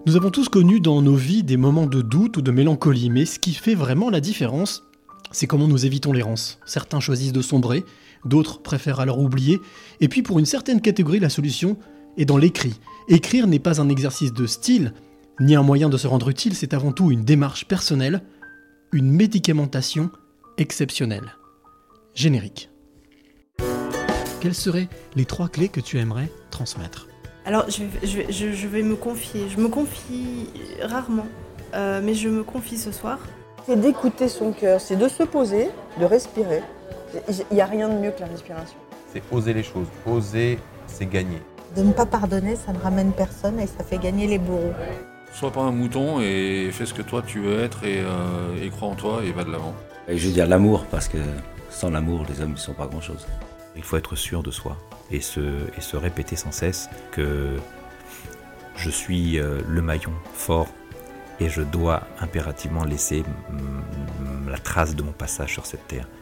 Nous avons tous connu dans nos vies des moments de doute ou de mélancolie, mais ce qui fait vraiment la différence, c'est comment nous évitons l'errance. Certains choisissent de sombrer, d'autres préfèrent alors oublier, et puis pour une certaine catégorie, la solution est dans l'écrit. Écrire n'est pas un exercice de style, ni un moyen de se rendre utile, c'est avant tout une démarche personnelle, une médicamentation exceptionnelle. Générique. Quelles seraient les 3 clés que tu aimerais transmettre ? Alors, je vais me confier. Je me confie rarement, mais je me confie ce soir. C'est d'écouter son cœur, c'est de se poser, de respirer. Il n'y a rien de mieux que la respiration. C'est oser les choses. Oser, c'est gagner. De ne pas pardonner, ça ne ramène personne et ça fait gagner les bourreaux. Sois pas un mouton et fais ce que toi tu veux être et crois en toi et va de l'avant. Et je veux dire l'amour, parce que sans l'amour, les hommes ne sont pas grand-chose. Il faut être sûr de soi et se répéter sans cesse que je suis le maillon fort et je dois impérativement laisser la trace de mon passage sur cette terre.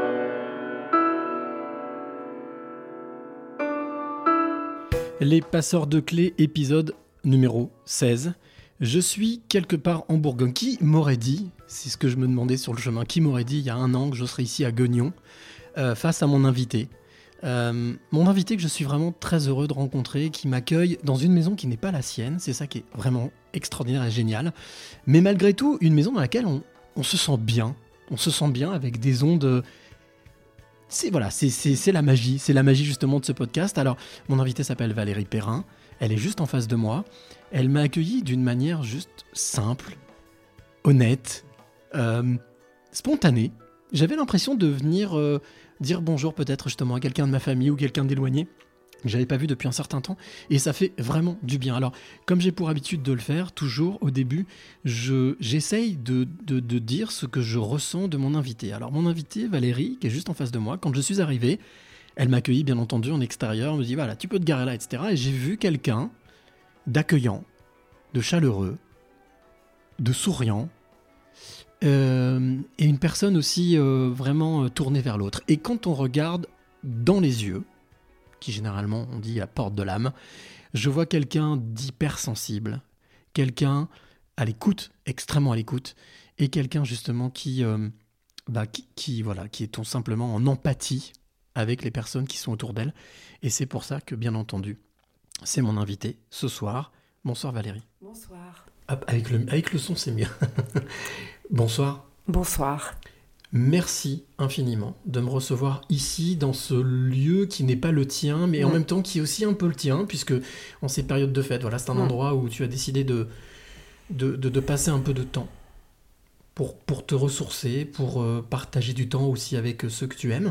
Les passeurs de clés, épisode numéro 16. Je suis quelque part en Bourgogne. Qui m'aurait dit, c'est ce que je me demandais sur le chemin, qui m'aurait dit il y a 1 an que je serais ici à Guignon face à mon invité. Mon invité que je suis vraiment très heureux de rencontrer, qui m'accueille dans une maison qui n'est pas la sienne, c'est ça qui est vraiment extraordinaire et génial, mais malgré tout une maison dans laquelle on se sent bien, avec des ondes, c'est la magie justement de ce podcast. Alors mon invité s'appelle Valérie Perrin, elle est juste en face de moi, elle m'a accueilli d'une manière juste simple, honnête, spontanée. J'avais l'impression de venir dire bonjour peut-être justement à quelqu'un de ma famille ou quelqu'un d'éloigné que j'avais pas vu depuis un certain temps, et ça fait vraiment du bien. Alors, comme j'ai pour habitude de le faire, toujours au début, j'essaye de dire ce que je ressens de mon invité. Alors, mon invité, Valérie, qui est juste en face de moi, quand je suis arrivé, elle m'a accueilli bien entendu en extérieur, elle me dit voilà, tu peux te garer là, etc. Et j'ai vu quelqu'un d'accueillant, de chaleureux, de souriant, et une personne aussi vraiment tournée vers l'autre. Et quand on regarde dans les yeux, qui généralement on dit la porte de l'âme, je vois quelqu'un d'hypersensible, quelqu'un à l'écoute, extrêmement à l'écoute, et quelqu'un justement qui est tout simplement en empathie avec les personnes qui sont autour d'elle. Et c'est pour ça que, bien entendu, c'est mon invité ce soir. Bonsoir Valérie. Bonsoir. Hop, avec le son, c'est mieux. Bonsoir. Bonsoir. Merci infiniment de me recevoir ici, dans ce lieu qui n'est pas le tien, mais en même temps qui est aussi un peu le tien, puisque en ces périodes de fête, voilà, c'est un endroit où tu as décidé de passer un peu de temps pour te ressourcer, pour partager du temps aussi avec ceux que tu aimes.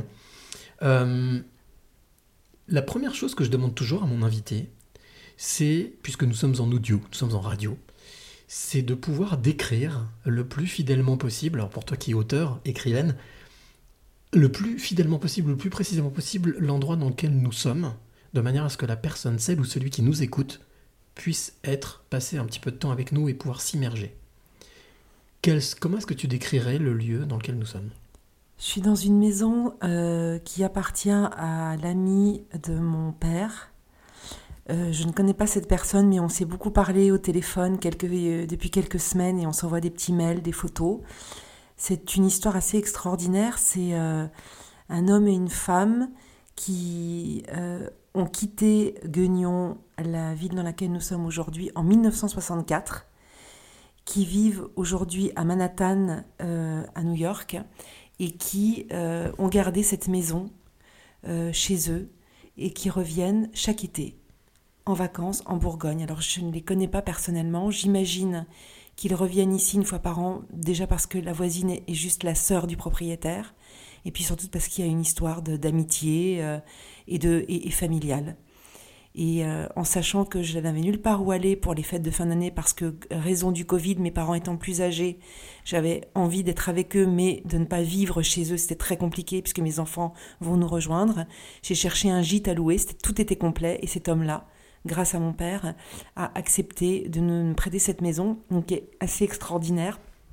La première chose que je demande toujours à mon invité, c'est, puisque nous sommes en audio, nous sommes en radio, c'est de pouvoir décrire le plus fidèlement possible, alors pour toi qui es auteur, écrivaine, le plus fidèlement possible, le plus précisément possible, l'endroit dans lequel nous sommes, de manière à ce que la personne, celle ou celui qui nous écoute, puisse passer un petit peu de temps avec nous et pouvoir s'immerger. Comment est-ce que tu décrirais le lieu dans lequel nous sommes ? Je suis dans une maison qui appartient à l'ami de mon père. Je ne connais pas cette personne, mais on s'est beaucoup parlé au téléphone depuis quelques semaines et on s'envoie des petits mails, des photos. C'est une histoire assez extraordinaire. C'est un homme et une femme qui ont quitté Guignon, la ville dans laquelle nous sommes aujourd'hui, en 1964, qui vivent aujourd'hui à Manhattan, à New York, et qui ont gardé cette maison chez eux et qui reviennent chaque été en vacances en Bourgogne. Alors je ne les connais pas personnellement, j'imagine qu'ils reviennent ici 1 fois par an, déjà parce que la voisine est juste la sœur du propriétaire, et puis surtout parce qu'il y a une histoire d'amitié et familiale. Et en sachant que je n'avais nulle part où aller pour les fêtes de fin d'année, parce que, raison du Covid, mes parents étant plus âgés, j'avais envie d'être avec eux, mais de ne pas vivre chez eux, c'était très compliqué, puisque mes enfants vont nous rejoindre. J'ai cherché un gîte à louer, tout était complet, et cet homme-là, grâce à mon père, a accepté de me prêter cette maison, donc qui est assez extraordinaire.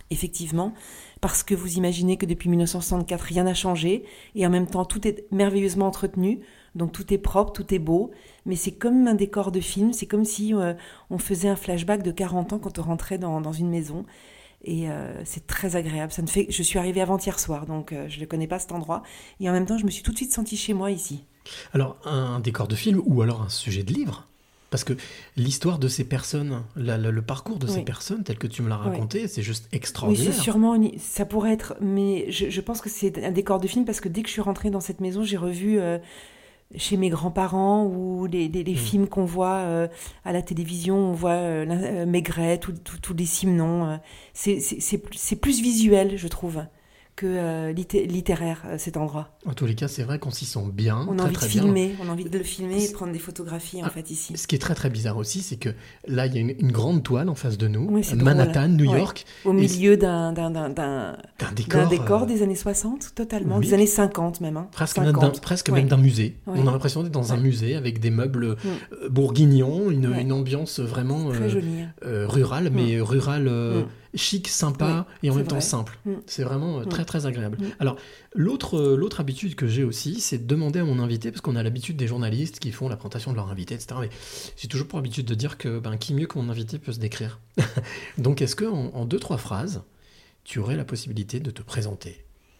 effectivement, parce que vous imaginez que depuis 1964, rien n'a changé, et en même temps, tout est merveilleusement entretenu, donc tout est propre, tout est beau, mais c'est comme un décor de film, c'est comme si on faisait un flashback de 40 ans quand on rentrait dans une maison, et c'est très agréable. Je suis arrivée avant-hier soir, donc je ne connais pas cet endroit, et en même temps, je me suis tout de suite sentie chez moi ici. Alors, un décor de film ou alors un sujet de livre? Parce que l'histoire de ces personnes, le parcours de ces personnes, tel que tu me l'as raconté, c'est juste extraordinaire. Oui, c'est sûrement, ça pourrait être, mais je pense que c'est un décor de film parce que dès que je suis rentrée dans cette maison, j'ai revu chez mes grands-parents ou les films qu'on voit à la télévision, on voit Maigret, tous les Simenon. C'est plus visuel, je trouve, que littéraire, cet endroit. En tous les cas, c'est vrai qu'on s'y sent bien, on a envie de filmer, on a envie de le filmer et de prendre des photographies en fait ici. Ce qui est très très bizarre aussi, c'est que là, il y a une grande toile en face de nous, c'est Manhattan, drôle. New York. Au milieu d'un décor des années 60, totalement, des années 50 même. Hein. Presque même d'un musée. Oui. On a l'impression d'être dans un musée avec des meubles bourguignons, une ambiance vraiment très jolie. Rurale, mais rurale chic, sympa et en même temps simple. C'est vraiment très très agréable. Alors, l'autre habitude que j'ai aussi, c'est de demander à mon invité, parce qu'on a l'habitude des journalistes qui font la présentation de leur invité, etc. Mais j'ai toujours pour habitude de dire que qui mieux que mon invité peut se décrire. Donc, est-ce que en 2-3 phrases, tu aurais la possibilité de te présenter?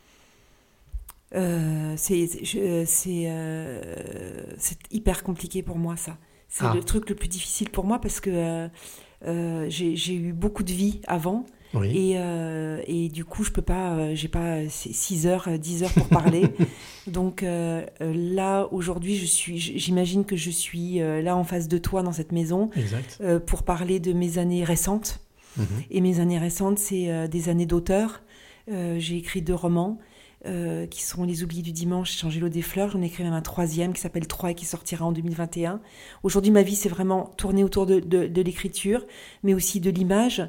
C'est hyper compliqué pour moi, ça. C'est le truc le plus difficile pour moi parce que j'ai eu beaucoup de vie avant. Oui. Et du coup, je peux pas, j'ai pas 6 heures, 10 heures pour parler. Donc là, aujourd'hui, j'imagine que je suis là en face de toi dans cette maison pour parler de mes années récentes. Et mes années récentes, c'est des années d'auteur. J'ai écrit 2 romans qui sont Les Oubliés du dimanche et Changez l'eau des fleurs. J'en ai écrit même un 3e qui s'appelle 3 et qui sortira en 2021. Aujourd'hui, ma vie, c'est vraiment tourné autour de l'écriture, mais aussi de l'image.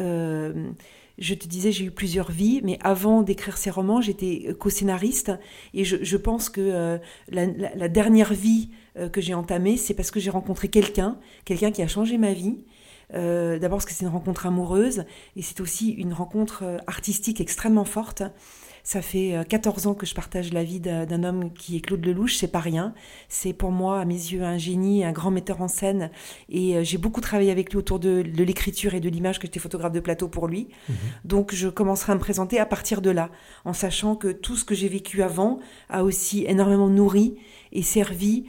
Je te disais, j'ai eu plusieurs vies, mais avant d'écrire ces romans, j'étais co-scénariste. Et je pense que la dernière vie que j'ai entamée, c'est parce que j'ai rencontré quelqu'un qui a changé ma vie. D'abord parce que c'est une rencontre amoureuse, et c'est aussi une rencontre artistique extrêmement forte. Ça fait 14 ans que je partage la vie d'un homme qui est Claude Lelouch, c'est pas rien. C'est pour moi, à mes yeux, un génie, un grand metteur en scène. Et j'ai beaucoup travaillé avec lui autour de l'écriture et de l'image, que j'étais photographe de plateau pour lui. Donc je commencerai à me présenter à partir de là, en sachant que tout ce que j'ai vécu avant a aussi énormément nourri et servi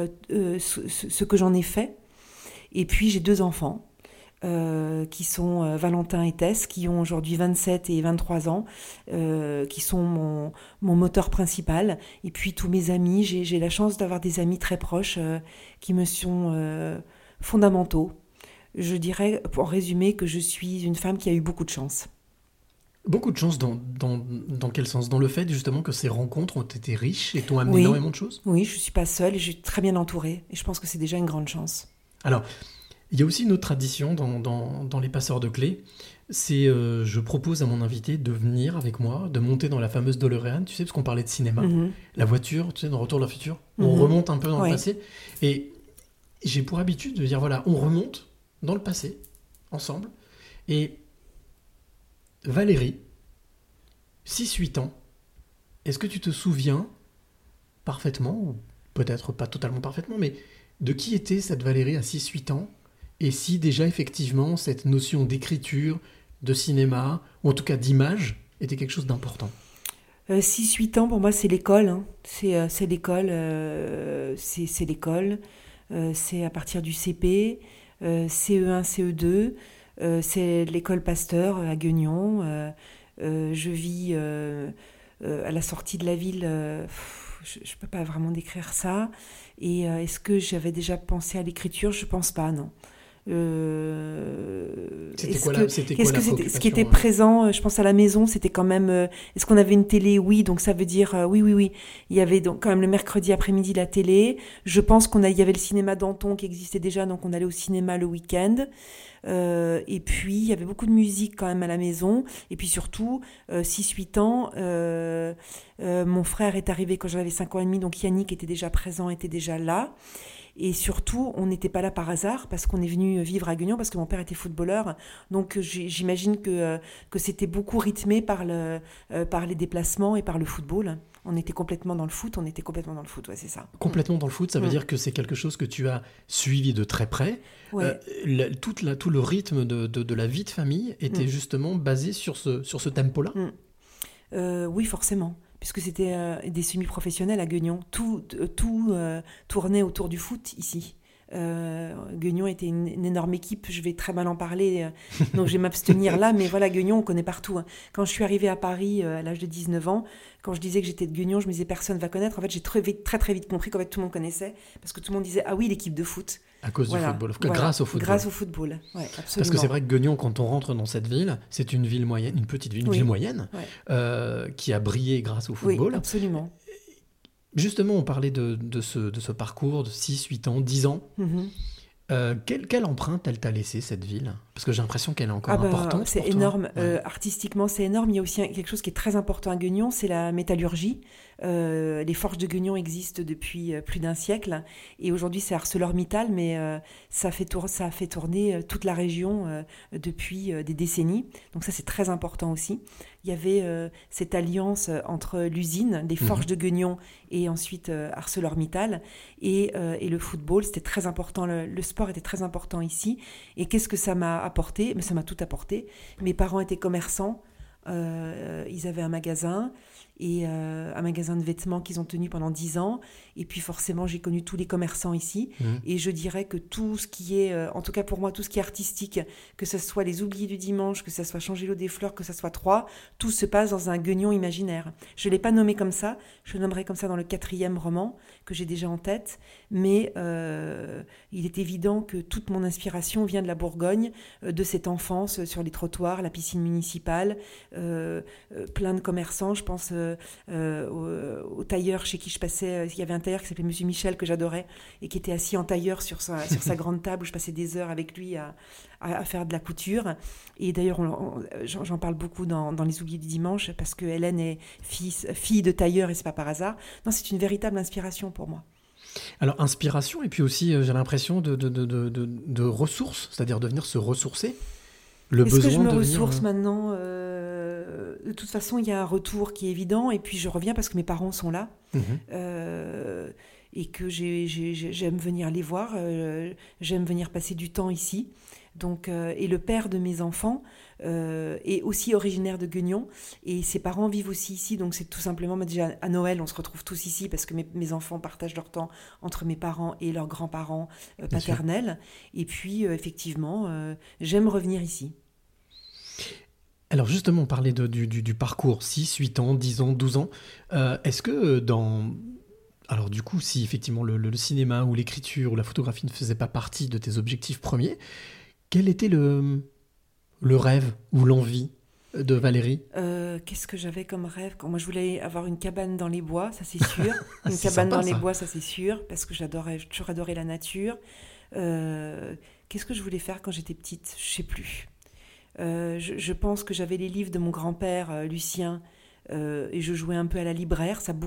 ce que j'en ai fait. Et puis j'ai 2 enfants. Qui sont Valentin et Tess, qui ont aujourd'hui 27 et 23 ans, qui sont mon moteur principal. Et puis tous mes amis, j'ai la chance d'avoir des amis très proches qui me sont fondamentaux. Je dirais, pour résumer, que je suis une femme qui a eu beaucoup de chance. Beaucoup de chance dans quel sens? Dans le fait justement que ces rencontres ont été riches et t'ont amené énormément de choses? Oui, je ne suis pas seule et je suis très bien entourée. Et je pense que c'est déjà une grande chance. Alors, il y a aussi une autre tradition dans les passeurs de clés, c'est je propose à mon invité de venir avec moi, de monter dans la fameuse DeLorean, tu sais, parce qu'on parlait de cinéma, la voiture, tu sais, dans Retour vers le futur, on remonte un peu dans le passé, et j'ai pour habitude de dire, voilà, on remonte dans le passé, ensemble, et Valérie, 6-8 ans, est-ce que tu te souviens parfaitement, ou peut-être pas totalement parfaitement, mais de qui était cette Valérie à 6-8 ans? Et si déjà, effectivement, cette notion d'écriture, de cinéma, ou en tout cas d'image, était quelque chose d'important? 6-8 ans, pour moi, c'est l'école. Hein. C'est l'école. C'est l'école. C'est à partir du CP, CE1, CE2. C'est l'école Pasteur à Guignon. Je vis à la sortie de la ville. Je ne peux pas vraiment décrire ça. Et est-ce que j'avais déjà pensé à l'écriture? Je ne pense pas, non. Ce qui était présent, je pense à la maison, c'était quand même est-ce qu'on avait une télé? Oui, donc ça veut dire oui. Il y avait donc quand même le mercredi après-midi la télé. Je pense il y avait le cinéma Danton qui existait déjà, donc on allait au cinéma le week-end. Et puis il y avait beaucoup de musique quand même à la maison. Et puis surtout 6-8 ans, mon frère est arrivé quand j'avais 5 ans et demi, donc Yannick était déjà présent, était déjà là. Et surtout, on n'était pas là par hasard parce qu'on est venu vivre à Guignon, parce que mon père était footballeur. Donc j'imagine que c'était beaucoup rythmé par les déplacements et par le football. On était complètement dans le foot, ouais, c'est ça. Complètement dans le foot, ça veut dire que c'est quelque chose que tu as suivi de très près. Ouais. Tout le rythme de la vie de famille était justement basé sur ce tempo-là. Oui, forcément, puisque c'était des semi-professionnels à Guignon. Tout tournait autour du foot ici. Guignon était une énorme équipe, je vais très mal en parler, donc je vais m'abstenir là, mais voilà, Guignon, on connaît partout. Quand je suis arrivée à Paris à l'âge de 19 ans, quand je disais que j'étais de Guignon, je me disais personne va connaître. En fait, j'ai très vite compris qu'en fait tout le monde connaissait, parce que tout le monde disait ah oui, l'équipe de foot. À cause du football, grâce au football. Grâce au football, ouais, absolument. Parce que c'est vrai que Guignon, quand on rentre dans cette ville, c'est une ville moyenne, une petite ville, une ville moyenne, qui a brillé grâce au football. Oui, absolument. Justement, on parlait de ce parcours de 6, 8 ans, 10 ans. Quelle empreinte elle t'a laissé, cette ville ? Parce que j'ai l'impression qu'elle est encore importante. C'est énorme. Artistiquement, c'est énorme. Il y a aussi quelque chose qui est très important à Guignon, c'est la métallurgie. Les forges de Guignon existent depuis plus d'un siècle. Et aujourd'hui, c'est ArcelorMittal, mais ça a fait tourner toute la région depuis des décennies. Donc ça, c'est très important aussi. Il y avait cette alliance entre l'usine, les forges de Guignon et ensuite ArcelorMittal et le football. C'était très important. Le sport était très important ici. Et qu'est-ce que ça m'a apporté ? Mais ça m'a tout apporté. Mes parents étaient commerçants. Ils avaient un magasin et un magasin de vêtements qu'ils ont tenu pendant 10 ans. Et puis forcément, j'ai connu tous les commerçants ici. Et je dirais que tout ce qui est, en tout cas pour moi, tout ce qui est artistique, que ce soit les Oubliés du dimanche, que ce soit Changer l'eau des fleurs, que ce soit Troyes, tout se passe dans un Guignon imaginaire. Je ne l'ai pas nommé comme ça, je le nommerai comme ça dans le 4e roman que j'ai déjà en tête. Mais il est évident que toute mon inspiration vient de la Bourgogne, de cette enfance sur les trottoirs, la piscine municipale, plein de commerçants. Je pense au tailleur chez qui je passais. Il y avait un tailleur qui s'appelait Monsieur Michel que j'adorais et qui était assis en tailleur sur sa grande table où je passais des heures avec lui à faire de la couture. Et d'ailleurs, j'en parle beaucoup dans Les Oubliés du dimanche parce que Hélène est fille de tailleur et c'est pas par hasard. Non, c'est une véritable inspiration pour moi. Alors, inspiration et puis aussi, j'ai l'impression de ressources, c'est-à-dire de venir se ressourcer. Est-ce que je me ressource maintenant de toute façon, il y a un retour qui est évident et puis je reviens parce que mes parents sont là et que j'aime venir les voir, j'aime venir passer du temps ici. Donc, et le père de mes enfants est aussi originaire de Guignon et ses parents vivent aussi ici. Donc c'est tout simplement, déjà à Noël, on se retrouve tous ici parce que mes enfants partagent leur temps entre mes parents et leurs grands-parents paternels. Et puis effectivement, j'aime revenir ici. Alors justement, on parlait du parcours, 6, 8 ans, 10 ans, 12 ans. Est-ce que alors du coup, si effectivement le cinéma ou l'écriture ou la photographie ne faisait pas partie de tes objectifs premiers, quel était le rêve ou l'envie de Valérie ? Qu'est-ce que j'avais comme rêve ? Moi, je voulais avoir une cabane dans les bois, ça c'est sûr. Une cabane dans les bois, ça c'est sûr, parce que j'ai toujours adoré la nature. Qu'est-ce que je voulais faire quand j'étais petite ? Je sais plus. Je pense que j'avais les livres de mon grand-père, Lucien, et je jouais un peu à la libraire. Ça,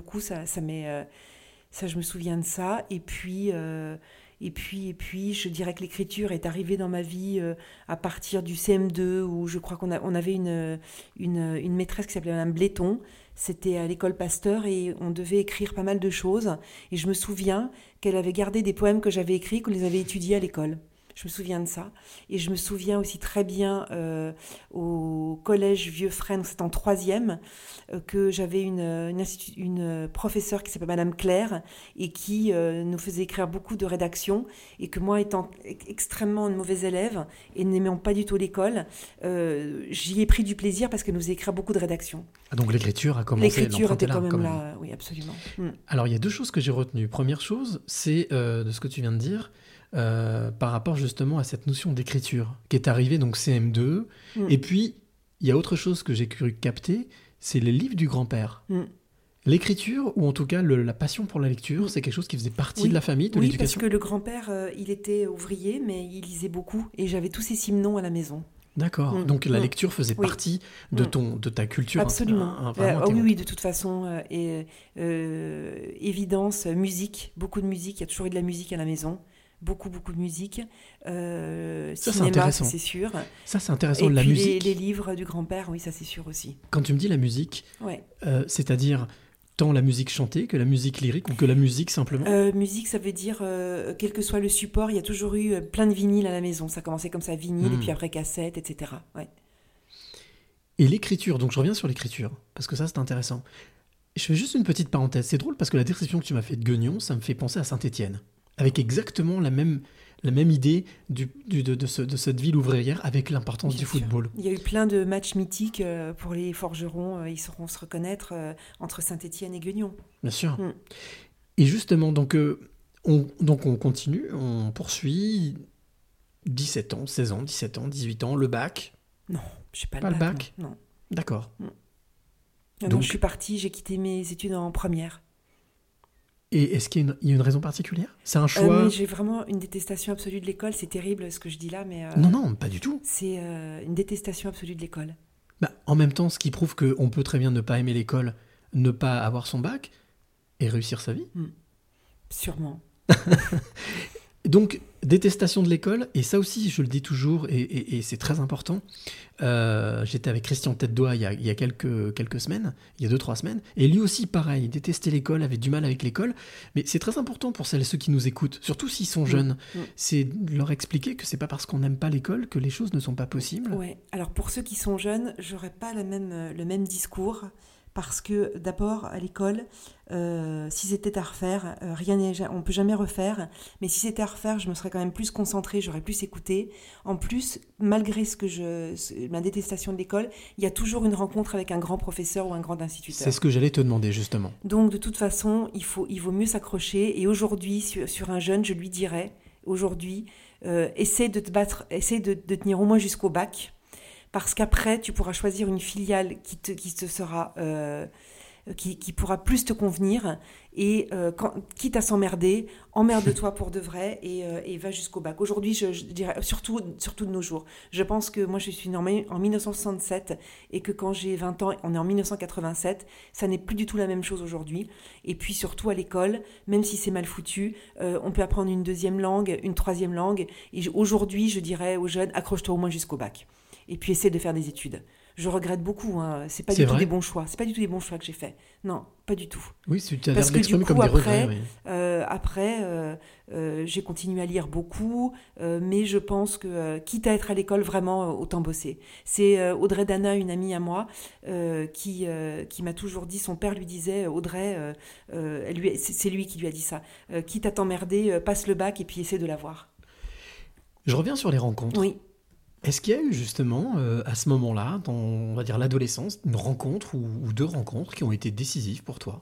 je me souviens de ça. Et puis, je dirais que l'écriture est arrivée dans ma vie à partir du CM2, où je crois qu'on avait une maîtresse qui s'appelait Madame Bléton. C'était à l'école Pasteur et on devait écrire pas mal de choses. Et je me souviens qu'elle avait gardé des poèmes que j'avais écrits, qu'on les avait étudiés à l'école. Je me souviens de ça. Et je me souviens aussi très bien au collège Vieux-Frêne, c'est en 3e, que j'avais une professeure qui s'appelle Madame Claire et qui nous faisait écrire beaucoup de rédactions et que moi, étant extrêmement une mauvaise élève et n'aimant pas du tout l'école, j'y ai pris du plaisir parce qu'elle nous faisait écrire beaucoup de rédactions. Ah, donc l'écriture a commencé. L'écriture était quand même là, oui, absolument. Alors il y a 2 choses que j'ai retenues. Première chose, c'est de ce que tu viens de dire, par rapport justement à cette notion d'écriture qui est arrivée donc CM2 et puis il y a autre chose que j'ai cru capter, c'est les livres du grand-père. L'écriture, ou en tout cas la passion pour la lecture, c'est quelque chose qui faisait partie de la famille, de l'éducation. Oui, parce que le grand-père, il était ouvrier, mais il lisait beaucoup et j'avais tous ses Simenon à la maison. D'accord. Donc la lecture faisait partie de ta culture. Absolument. Oui, de toute façon. Évidence, musique, beaucoup de musique. Il y a toujours eu de la musique à la maison. Beaucoup de musique. Cinéma, c'est sûr. Ça, c'est intéressant. Et la puis musique. Les livres du grand-père, oui, ça, c'est sûr aussi. Quand tu me dis la musique, c'est-à-dire tant la musique chantée que la musique lyrique ou que la musique simplement Musique, ça veut dire, quel que soit le support, il y a toujours eu plein de vinyles à la maison. Ça commençait comme ça, vinyle, et puis après cassette, etc. Ouais. Et l'écriture, donc je reviens sur l'écriture, parce que ça, c'est intéressant. Je fais juste une petite parenthèse. C'est drôle parce que la description que tu m'as fait de Guignon, ça me fait penser à Saint-Étienne, avec exactement la même idée de cette ville ouvrière, avec l'importance du football. Il y a eu plein de matchs mythiques pour les forgerons, ils sauront se reconnaître entre Saint-Étienne et Guignon. Bien sûr. Et justement, donc on continue, on poursuit 17 ans, 16 ans, 17 ans, 18 ans, le bac. Non, je n'ai pas le bac. Non. D'accord. Donc je suis partie, j'ai quitté mes études en première. Et est-ce qu'il y a une raison particulière ? C'est un choix J'ai vraiment une détestation absolue de l'école. C'est terrible ce que je dis là, mais... Non, pas du tout. C'est une détestation absolue de l'école. En même temps, ce qui prouve qu'on peut très bien ne pas aimer l'école, ne pas avoir son bac et réussir sa vie. Sûrement. Donc, détestation de l'école, et ça aussi, je le dis toujours, et c'est très important. J'étais avec Christian Tête-Doigt il y a quelques semaines, il y a 2-3 semaines, et lui aussi, pareil, il détestait l'école, avait du mal avec l'école, mais c'est très important pour celles et ceux qui nous écoutent, surtout s'ils sont jeunes, c'est de leur expliquer que c'est pas parce qu'on n'aime pas l'école que les choses ne sont pas possibles. Ouais. Alors, pour ceux qui sont jeunes, j'aurais pas le même discours. Parce que d'abord, à l'école, si c'était à refaire, on ne peut jamais refaire, mais si c'était à refaire, je me serais quand même plus concentrée, j'aurais plus écouté. En plus, malgré ma détestation de l'école, il y a toujours une rencontre avec un grand professeur ou un grand instituteur. C'est ce que j'allais te demander, justement. Donc, de toute façon, il vaut mieux s'accrocher. Et aujourd'hui, sur un jeune, je lui dirais, aujourd'hui, essaie de te battre, essaie de tenir au moins jusqu'au bac. Parce qu'après, tu pourras choisir une filiale qui pourra plus te convenir et quitte à s'emmerder, emmerde-toi pour de vrai et va jusqu'au bac. Aujourd'hui, je dirais, surtout de nos jours, je pense que moi je suis née en 1967 et que quand j'ai 20 ans, on est en 1987, ça n'est plus du tout la même chose aujourd'hui. Et puis surtout à l'école, même si c'est mal foutu, on peut apprendre une deuxième langue, une troisième langue. Et aujourd'hui, je dirais aux jeunes, accroche-toi au moins jusqu'au bac. Et puis essaie de faire des études. Je regrette beaucoup, hein. C'est pas du tout des bons choix. C'est pas du tout des bons choix que j'ai faits. Non, pas du tout. Oui, tu as l'air d'exprimer comme des regrets. Oui. Après, j'ai continué à lire beaucoup, mais je pense que, quitte à être à l'école, vraiment, autant bosser. C'est Audrey Dana, une amie à moi, qui m'a toujours dit, son père lui disait, Audrey, c'est lui qui lui a dit ça, quitte à t'emmerder, passe le bac et puis essaie de l'avoir. Je reviens sur les rencontres. Oui. Est-ce qu'il y a eu justement, à ce moment-là, dans, on va dire, l'adolescence, une rencontre ou deux rencontres qui ont été décisives pour toi ?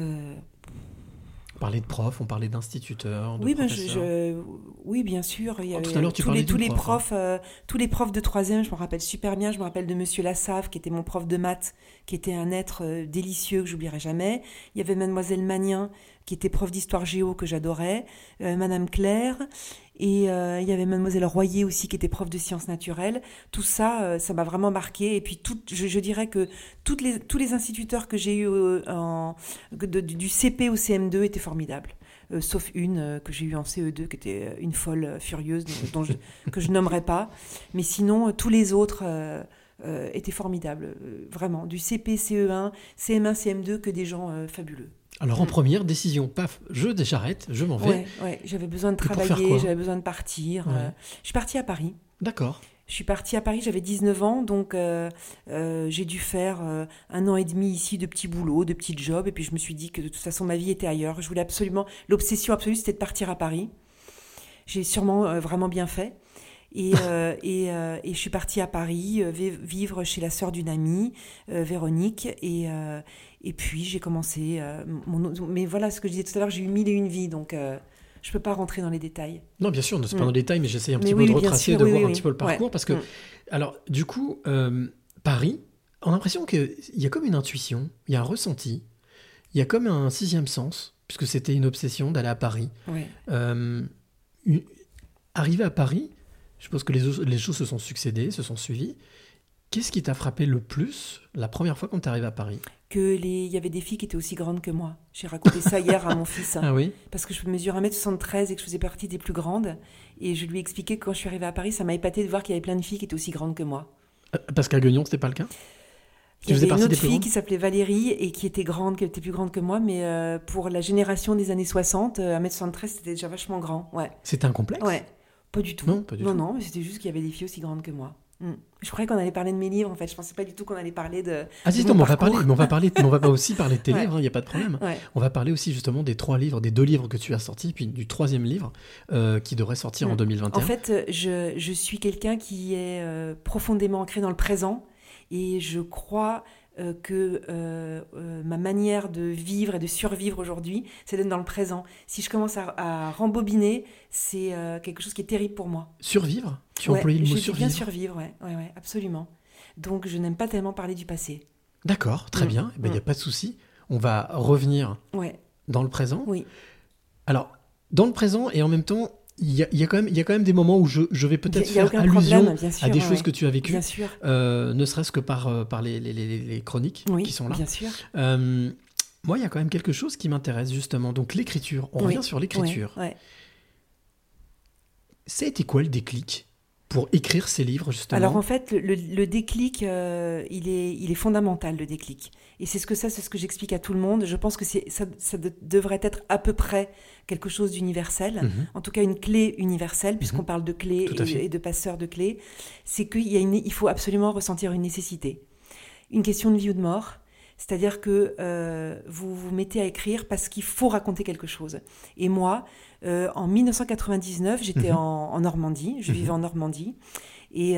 On parlait de profs, on parlait d'instituteurs, de professeurs. Oui, bien sûr. Il y avait tout à l'heure, tu parlais tous les prof, profs, tous les profs de 3e, je me rappelle super bien. Je me rappelle de Monsieur Lassave, qui était mon prof de maths, qui était un être délicieux que j'oublierai jamais. Il y avait Mademoiselle Magnin, qui était prof d'histoire géo que j'adorais, Madame Claire, et il y avait Mademoiselle Royer aussi qui était prof de sciences naturelles. Tout ça, ça m'a vraiment marqué. Et puis je dirais que tous les instituteurs que j'ai eus du CP au CM2 étaient formidables. Sauf une que j'ai eue en CE2 qui était une folle furieuse que je nommerai pas. Mais sinon, tous les autres étaient formidables. Vraiment, du CP, CE1, CM1, CM2, que des gens fabuleux. Alors en première décision, paf, j'arrête, je m'en vais. Ouais, j'avais besoin de travailler, j'avais besoin de partir. Ouais. Je suis partie à Paris. D'accord. Je suis partie à Paris, j'avais 19 ans, donc j'ai dû faire 1 an et demi ici de petits boulots, de petits jobs, et puis je me suis dit que de toute façon ma vie était ailleurs. Je voulais absolument, l'obsession absolue c'était de partir à Paris. J'ai sûrement vraiment bien fait. Et je suis partie à Paris vivre chez la sœur d'une amie, Véronique, et puis j'ai commencé mais voilà ce que je disais tout à l'heure, j'ai eu 1001 vies, donc je peux pas rentrer dans les détails. Non, bien sûr, ne c'est pas dans les détails, mais j'essaie un petit peu de retracer, de voir un petit peu le parcours, parce que alors du coup Paris, on a l'impression qu'il y a comme une intuition, il y a un ressenti, il y a comme un sixième sens, puisque c'était une obsession d'aller à Paris. Ouais. Arrivé à Paris, Je suppose que les choses se sont succédées, se sont suivies. Qu'est-ce qui t'a frappé le plus la première fois quand t'es arrivé à Paris? Il y avait des filles qui étaient aussi grandes que moi. J'ai raconté ça hier à mon fils. Ah oui? Parce que je mesure 1m73 et que je faisais partie des plus grandes. Et je lui ai expliqué que quand je suis arrivée à Paris, ça m'a épaté de voir qu'il y avait plein de filles qui étaient aussi grandes que moi. Parce qu'à Guignon, c'était pas le cas? Il y avait une autre fille qui s'appelait Valérie et qui était plus grande que moi, mais pour la génération des années 60, 1m73, c'était déjà vachement grand. Ouais. C'était un complexe? Ouais, pas du tout. Non, pas du tout. Non, mais c'était juste qu'il y avait des filles aussi grandes que moi. Je croyais qu'on allait parler de mes livres, en fait. Je pensais pas du tout qu'on allait parler de. Ah si, de non, mon mais on va pas aussi parler de tes Ouais. livres, il n'y a pas de problème. Ouais. On va parler aussi justement des 2 livres que tu as sortis, puis du 3e livre qui devrait sortir en 2021. En fait, je suis quelqu'un qui est profondément ancré dans le présent et je crois que ma manière de vivre et de survivre aujourd'hui, c'est d'être dans le présent. Si je commence à rembobiner, c'est quelque chose qui est terrible pour moi. Survivre? Tu as employé le mot je dis survivre? bien survivre, ouais, absolument. Donc je n'aime pas tellement parler du passé. D'accord, très bien, il n'y a pas de souci. On va revenir dans le présent. Oui. Alors, dans le présent et en même temps, il y a quand même des moments où je vais peut-être Il y a faire aucun allusion problème, bien sûr, à des choses que tu as vécues, bien sûr. ne serait-ce que par les chroniques qui sont là. Bien sûr. Moi, il y a quand même quelque chose qui m'intéresse justement. Donc l'écriture, on revient sur l'écriture. Ouais. Ça a été quoi le déclic pour écrire ces livres justement? Alors en fait, le déclic, il est fondamental, le déclic. Et c'est ce que j'explique à tout le monde. Je pense que ça devrait être à peu près quelque chose d'universel, en tout cas une clé universelle, puisqu'on parle de clés et de passeurs de clés. C'est il faut absolument ressentir une nécessité, une question de vie ou de mort. C'est-à-dire que vous vous mettez à écrire parce qu'il faut raconter quelque chose. Et moi, en 1999, j'étais en Normandie, je vivais en Normandie, et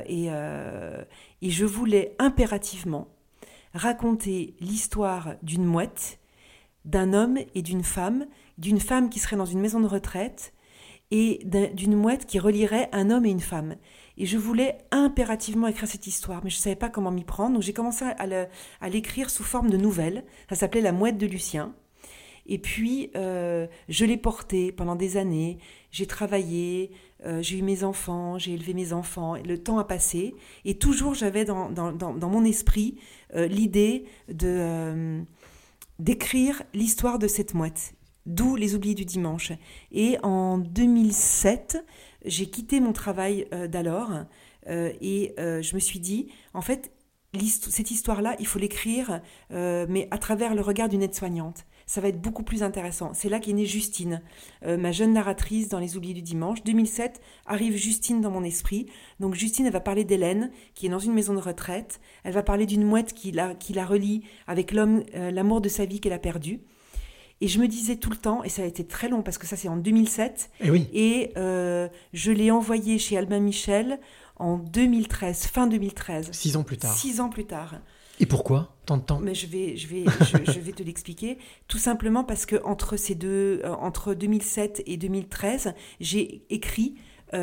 je voulais impérativement raconter l'histoire d'une mouette, d'un homme et d'une femme qui serait dans une maison de retraite, et d'une mouette qui relierait un homme et une femme. Et je voulais impérativement écrire cette histoire, mais je ne savais pas comment m'y prendre. Donc j'ai commencé à l'écrire sous forme de nouvelle. Ça s'appelait La Mouette de Lucien. Et puis, je l'ai portée pendant des années. J'ai travaillé, j'ai eu mes enfants, j'ai élevé mes enfants. Le temps a passé. Et toujours, j'avais dans mon esprit l'idée d'écrire l'histoire de cette mouette. D'où Les Oubliés du dimanche. Et en 2007, j'ai quitté mon travail d'alors et je me suis dit, en fait, cette histoire-là, il faut l'écrire, mais à travers le regard d'une aide-soignante. Ça va être beaucoup plus intéressant. C'est là qu'est née Justine, ma jeune narratrice dans Les Oubliés du dimanche. 2007, arrive Justine dans mon esprit. Donc Justine, elle va parler d'Hélène, qui est dans une maison de retraite. Elle va parler d'une mouette qui la relie avec l'homme, l'amour de sa vie qu'elle a perdu. Et je me disais tout le temps, et ça a été très long parce que ça c'est en 2007, et je l'ai envoyé chez Albin Michel en 2013, fin 2013. 6 ans plus tard. 6 ans plus tard. Et pourquoi tant de temps? Mais je vais te l'expliquer. Tout simplement parce que entre 2007 et 2013, j'ai écrit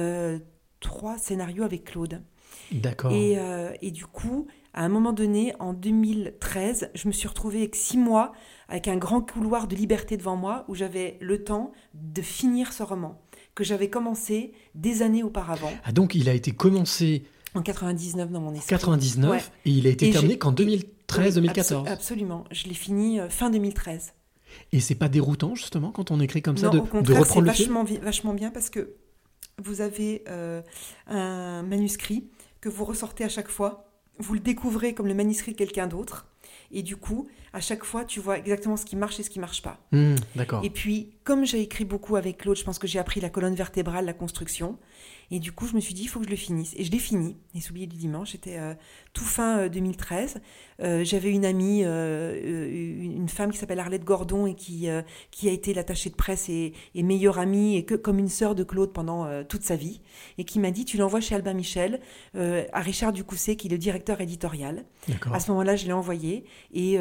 3 scénarios avec Claude. D'accord. Et du coup, à un moment donné, en 2013, je me suis retrouvée avec 6 mois, avec un grand couloir de liberté devant moi, où j'avais le temps de finir ce roman, que j'avais commencé des années auparavant. Ah donc il a été commencé... En 99 dans mon esprit. 99, ouais. Et il a été terminé qu'en 2013-2014. Absolument, je l'ai fini fin 2013. Et c'est pas déroutant justement quand on écrit comme ça non, de reprendre le fil? C'est vachement bien parce que vous avez un manuscrit que vous ressortez à chaque fois, vous le découvrez comme le manuscrit de quelqu'un d'autre, et du coup, à chaque fois, tu vois exactement ce qui marche et ce qui marche pas. D'accord. Et puis, comme j'ai écrit beaucoup avec Claude, je pense que j'ai appris la colonne vertébrale, la construction, et du coup, je me suis dit, il faut que je le finisse. Et je l'ai fini, Les Oubliés du dimanche, c'était tout fin 2013. J'avais une amie, une femme qui s'appelle Arlette Gordon, et qui a été l'attachée de presse et meilleure amie, et comme une sœur de Claude pendant toute sa vie, et qui m'a dit, tu l'envoies chez Albin Michel, à Richard Ducousset, qui est le directeur éditorial. D'accord. À ce moment-là, je l'ai envoyé, et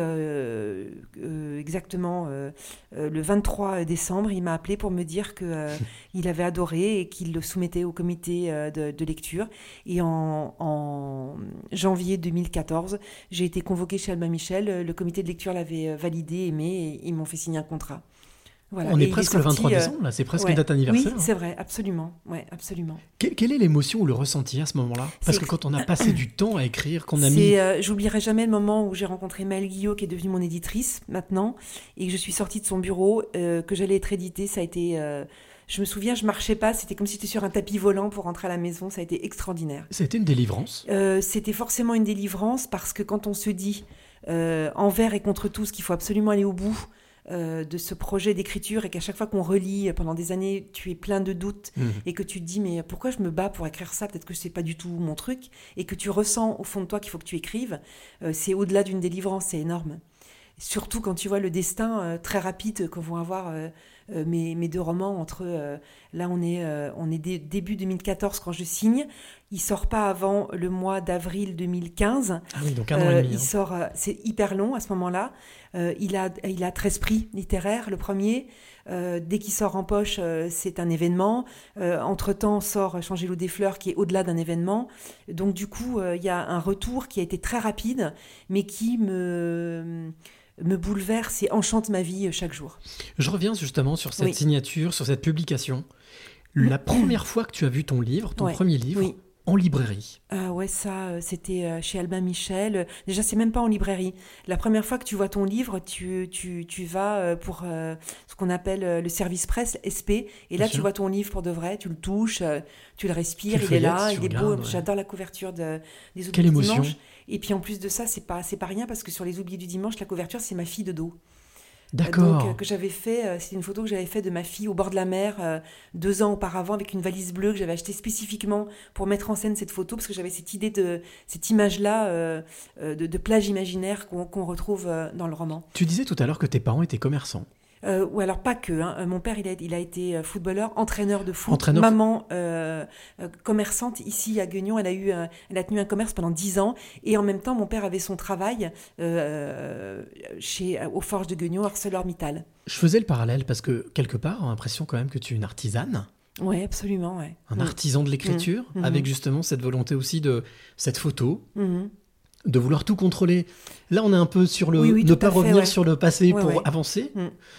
exactement le 23 décembre, il m'a appelé pour me dire qu'il avait adoré et qu'il le soumettait au comité de lecture. Et en janvier 2014, j'ai été convoquée chez Albin Michel. Le comité de lecture l'avait validé, aimé, et ils m'ont fait signer un contrat. Voilà. On Et est il presque est le sorti, 23 décembre, là, c'est presque ouais. une date anniversaire. Oui, c'est vrai, absolument. Ouais, absolument. Quelle est l'émotion ou le ressenti à ce moment-là? Parce C'est que quand on a passé du temps à écrire, qu'on a mis... J'oublierai jamais le moment où j'ai rencontré Maëlle Guillot, qui est devenue mon éditrice maintenant, et que je suis sortie de son bureau, que j'allais être éditée. Ça a été... je me souviens, je marchais pas, c'était comme si j'étais sur un tapis volant pour rentrer à la maison. Ça a été extraordinaire. C'était une délivrance. C'était forcément une délivrance, parce que quand on se dit envers et contre tous qu'il faut absolument aller au bout de ce projet d'écriture, et qu'à chaque fois qu'on relit pendant des années, tu es plein de doutes et que tu te dis mais pourquoi je me bats pour écrire ça, peut-être que c'est pas du tout mon truc, et que tu ressens au fond de toi qu'il faut que tu écrives, c'est au-delà d'une délivrance, c'est énorme. Surtout quand tu vois le destin très rapide que vont avoir mes deux romans entre... là, on est début 2014 quand je signe. Il sort pas avant le mois d'avril 2015. Ah oui, donc un an et demi. Il sort... c'est hyper long à ce moment-là. Il a 13 prix littéraires, le premier. Dès qu'il sort en poche, c'est un événement. Entre-temps, sort Changer l'eau des fleurs, qui est au-delà d'un événement. Donc du coup, il y a un retour qui a été très rapide, mais qui me bouleverse et enchante ma vie chaque jour. Je reviens justement sur cette signature, sur cette publication. La première fois que tu as vu ton livre, ton premier livre, en librairie. Ah ouais, ça, c'était chez Albin Michel. Déjà, c'est même pas en librairie. La première fois que tu vois ton livre, tu vas pour ce qu'on appelle le service presse, SP, et là, tu vois ton livre pour de vrai, tu le touches, tu le respires, il est là, il est beau. J'adore la couverture des Oubliés du dimanche. Et puis en plus de ça, c'est pas rien, parce que sur les Oubliés du dimanche, la couverture, c'est ma fille de dos. D'accord. Donc, que j'avais fait, c'est une photo que j'avais faite de ma fille au bord de la mer 2 ans auparavant, avec une valise bleue que j'avais achetée spécifiquement pour mettre en scène cette photo, parce que j'avais cette image-là de plage imaginaire qu'on retrouve dans le roman. Tu disais tout à l'heure que tes parents étaient commerçants. Ou alors pas que. Mon père, il a été footballeur, entraîneur de foot. Maman, commerçante ici à Guignon. Elle a tenu un commerce pendant 10 ans. Et en même temps, mon père avait son travail aux Forges de Guignon, ArcelorMittal. Je faisais le parallèle parce que quelque part, j'ai l'impression quand même que tu es une artisane. Oui, absolument. Ouais. Un artisan de l'écriture, avec justement cette volonté aussi de cette photo. De vouloir tout contrôler. Là, on est un peu sur le ne pas revenir sur le passé pour avancer.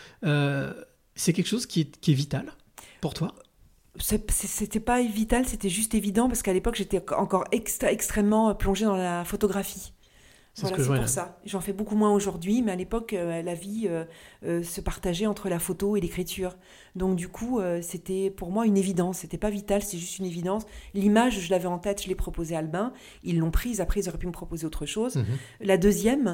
C'est quelque chose qui est vital pour toi? C'était pas vital, c'était juste évident, parce qu'à l'époque, j'étais encore extrêmement plongée dans la photographie. Voilà, c'est pour ça. J'en fais beaucoup moins aujourd'hui, mais à l'époque, la vie se partageait entre la photo et l'écriture. Donc du coup, c'était pour moi une évidence. C'était pas vital, c'était juste une évidence. L'image, je l'avais en tête, je l'ai proposée à Albin. Ils l'ont prise, après ils auraient pu me proposer autre chose. La deuxième,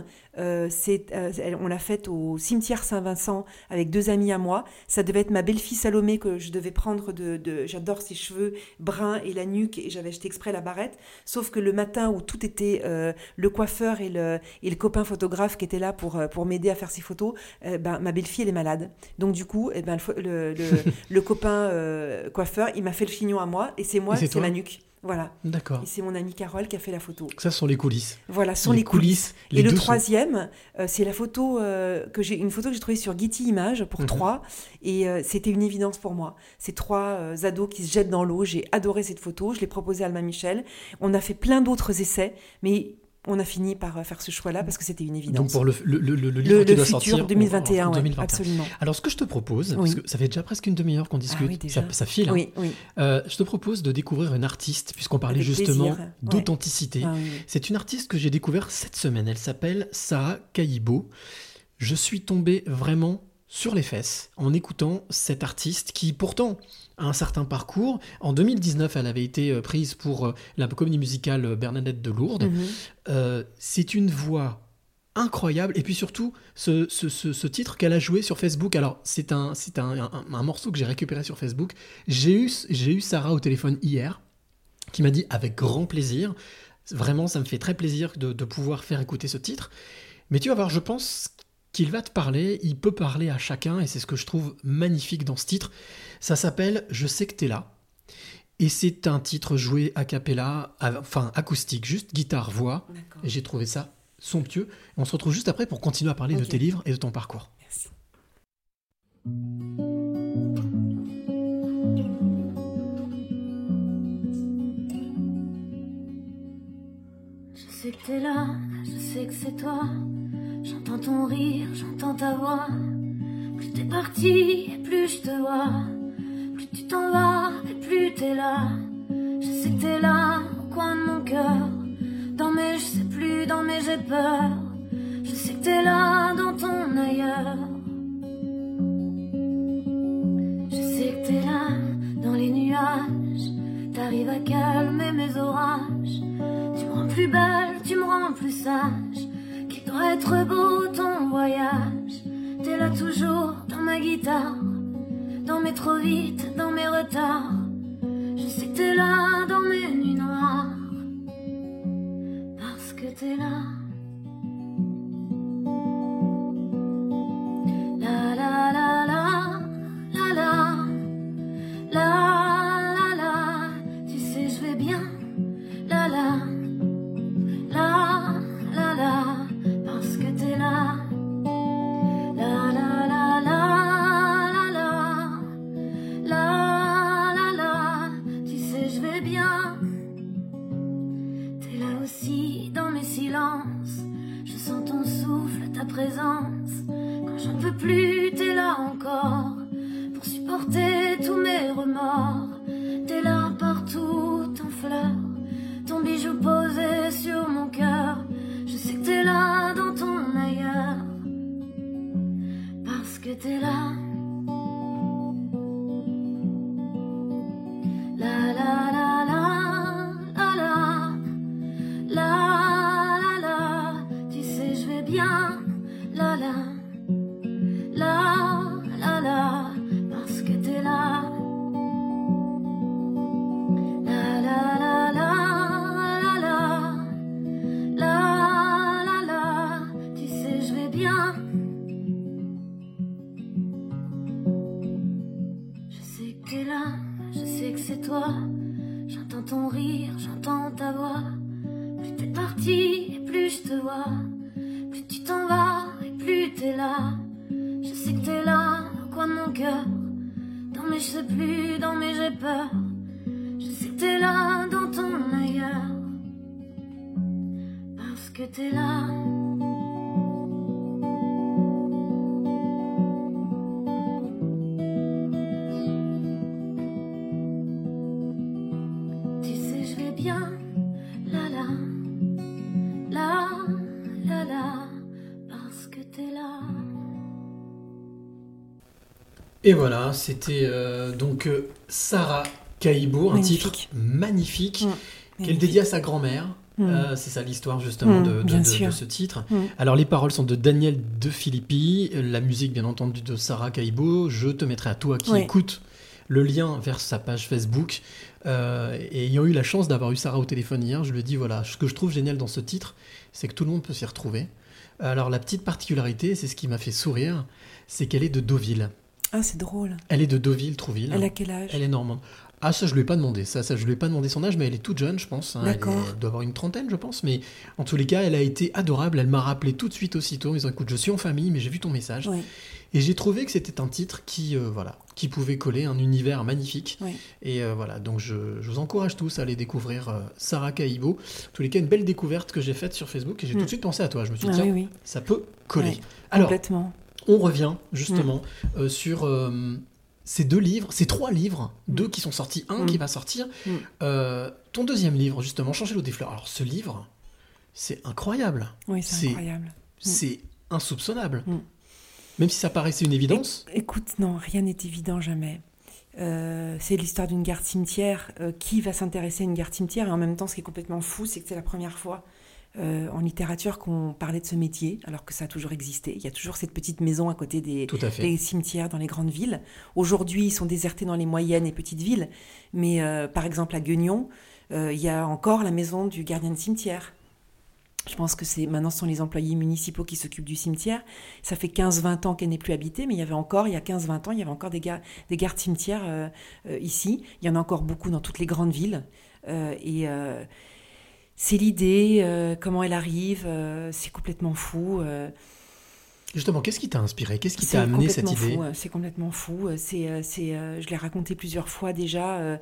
on l'a faite au cimetière Saint-Vincent avec 2 amis à moi. Ça devait être ma belle-fille Salomé, que je devais prendre j'adore ses cheveux bruns et la nuque, et j'avais acheté exprès la barrette. Sauf que le matin où tout était le coiffeur et le copain photographe qui était là pour m'aider à faire ces photos, ma belle-fille, elle est malade. Donc du coup, le copain coiffeur, il m'a fait le chignon à moi, et c'est moi, c'est ma nuque. Voilà. D'accord. Et c'est mon amie Carole qui a fait la photo. Ça, ce sont les coulisses. Voilà, ce sont les coulisses. Et le troisième, c'est la photo une photo que j'ai trouvée sur Getty Images pour 3, et c'était une évidence pour moi. Ces 3 ados qui se jettent dans l'eau, j'ai adoré cette photo, je l'ai proposée à Albin Michel. On a fait plein d'autres essais, mais on a fini par faire ce choix-là parce que c'était une évidence. Donc pour le livre qui doit sortir 2021, en 2021. Absolument. Alors ce que je te propose, parce que ça fait déjà presque une demi-heure qu'on discute, ça file. Oui. Je te propose de découvrir une artiste, puisqu'on parlait justement d'authenticité. C'est une artiste que j'ai découverte cette semaine. Elle s'appelle Sarah Caïbo. Je suis tombé vraiment sur les fesses en écoutant cette artiste qui pourtant a un certain parcours. En 2019, elle avait été prise pour la comédie musicale Bernadette de Lourdes. C'est une voix incroyable, et puis surtout ce titre qu'elle a joué sur Facebook. Alors c'est un morceau que j'ai récupéré sur Facebook. J'ai eu Sarah au téléphone hier, qui m'a dit avec grand plaisir, vraiment ça me fait très plaisir de pouvoir faire écouter ce titre. Mais tu vas voir, je pense qu'il va te parler, il peut parler à chacun, et c'est ce que je trouve magnifique dans ce titre. Ça s'appelle « Je sais que t'es là ». Et c'est un titre joué a cappella, enfin acoustique, juste guitare-voix. Et j'ai trouvé ça somptueux. On se retrouve juste après pour continuer à parler de tes livres et de ton parcours. Merci. Je sais que t'es là, je sais que c'est toi. J'entends ton rire, j'entends ta voix. Plus t'es parti et plus je te vois. Plus tu t'en vas et plus t'es là. Je sais que t'es là au coin de mon cœur. Dans mes je sais plus, dans mes j'ai peur. Je sais que t'es là dans ton ailleurs. Je sais que t'es là dans les nuages. T'arrives à calmer mes orages. Tu me rends plus belle, tu me rends plus sage. Qu'il doit être beau ton voyage. T'es là toujours dans ma guitare. Dans mes trop vite, dans mes retards. Je sais que t'es là dans mes nuits noires. Parce que t'es là. La la la la, la la, la la la. Tu sais je vais bien. La la, la la la. Parce que t'es là. La la la la, la la, la la la. Tu sais je vais bien. T'es là aussi dans mes silences. Je sens ton souffle, ta présence. Quand j'en peux plus, t'es là encore. Pour supporter tous mes remords. T'es là partout en fleurs. Ton bijou posé sur mon cœur. Je sais que t'es là dans ton ailleurs. Parce que t'es là. La la la la, la la, la la la. Tu sais je vais bien. La la, la la la. Parce que t'es là. La la la la, la la, la la la. Tu sais je vais bien. Je sais que t'es là, je sais que c'est toi. J'entends ton rire, j'entends ta voix. Plus t'es parti et plus je te vois. Plus tu t'en vas et plus t'es là. Je sais que t'es là au coin de mon cœur. Dans mes je sais plus, dans mes j'ai peur. Je sais que t'es là dans ton ailleurs. Parce que t'es là. Tu sais je vais bien. La la, la la la. Parce que t'es là. Et voilà, c'était donc Sarah Caïbo, un Magnifique. titre magnifique, qu'elle magnifique. dédie à sa grand-mère. C'est ça l'histoire justement bien de sûr. ce titre. Mm. Alors les paroles sont de Daniel De Filippi, la musique bien entendu de Sarah Caïbo. Je te mettrai à toi qui Ouais. écoute le lien vers sa page Facebook. Et ayant eu la chance d'avoir eu Sarah au téléphone hier, je lui ai dit voilà, ce que je trouve génial dans ce titre, c'est que tout le monde peut s'y retrouver. Alors la petite particularité, c'est ce qui m'a fait sourire, c'est qu'elle est de Deauville. Ah, c'est drôle. Elle est de Deauville, Trouville. Elle a quel âge? Elle est normande. Ah, ça, je lui ai pas demandé. Ça, je lui ai pas demandé son âge, mais elle est toute jeune, je pense. Hein. D'accord. Elle doit avoir une trentaine, je pense. Mais en tous les cas, elle a été adorable. Elle m'a rappelé tout de suite aussitôt. En disant, écoute, je suis en famille, mais j'ai vu ton message. Oui. Et j'ai trouvé que c'était un titre qui pouvait coller un univers magnifique. Oui. Et voilà, donc je vous encourage tous à aller découvrir Sarah Caïbo. En tous les cas, une belle découverte que j'ai faite sur Facebook. Et j'ai tout de suite pensé à toi. Je me suis dit, Ah, tiens, oui. ça peut coller. Ouais, Alors, complètement. on revient justement sur ces trois livres, deux qui sont sortis, un qui va sortir. Ton deuxième livre, justement, Changer l'eau des fleurs. Alors ce livre, c'est incroyable. Oui, c'est incroyable. C'est insoupçonnable. Même si ça paraissait une évidence. Écoute, non, rien n'est évident jamais. C'est l'histoire d'une gare-cimetière. Qui va s'intéresser à une gare-cimetière? Et en même temps, ce qui est complètement fou, c'est que c'est la première fois en littérature qu'on parlait de ce métier, alors que ça a toujours existé. Il y a toujours cette petite maison à côté des cimetières dans les grandes villes. Aujourd'hui, ils sont désertés dans les moyennes et petites villes. Mais par exemple, à Guignon, il y a encore la maison du gardien de cimetière. Je pense que maintenant, ce sont les employés municipaux qui s'occupent du cimetière. Ça fait 15-20 ans qu'elle n'est plus habitée, mais il y a 15-20 ans, il y avait encore des gardes cimetières ici. Il y en a encore beaucoup dans toutes les grandes villes. C'est l'idée, comment elle arrive, c'est complètement fou. Justement, qu'est-ce qui t'a inspiré? Qu'est-ce qui C'est t'a amené cette complètement idée? fou, c'est complètement fou. Je l'ai raconté plusieurs fois déjà.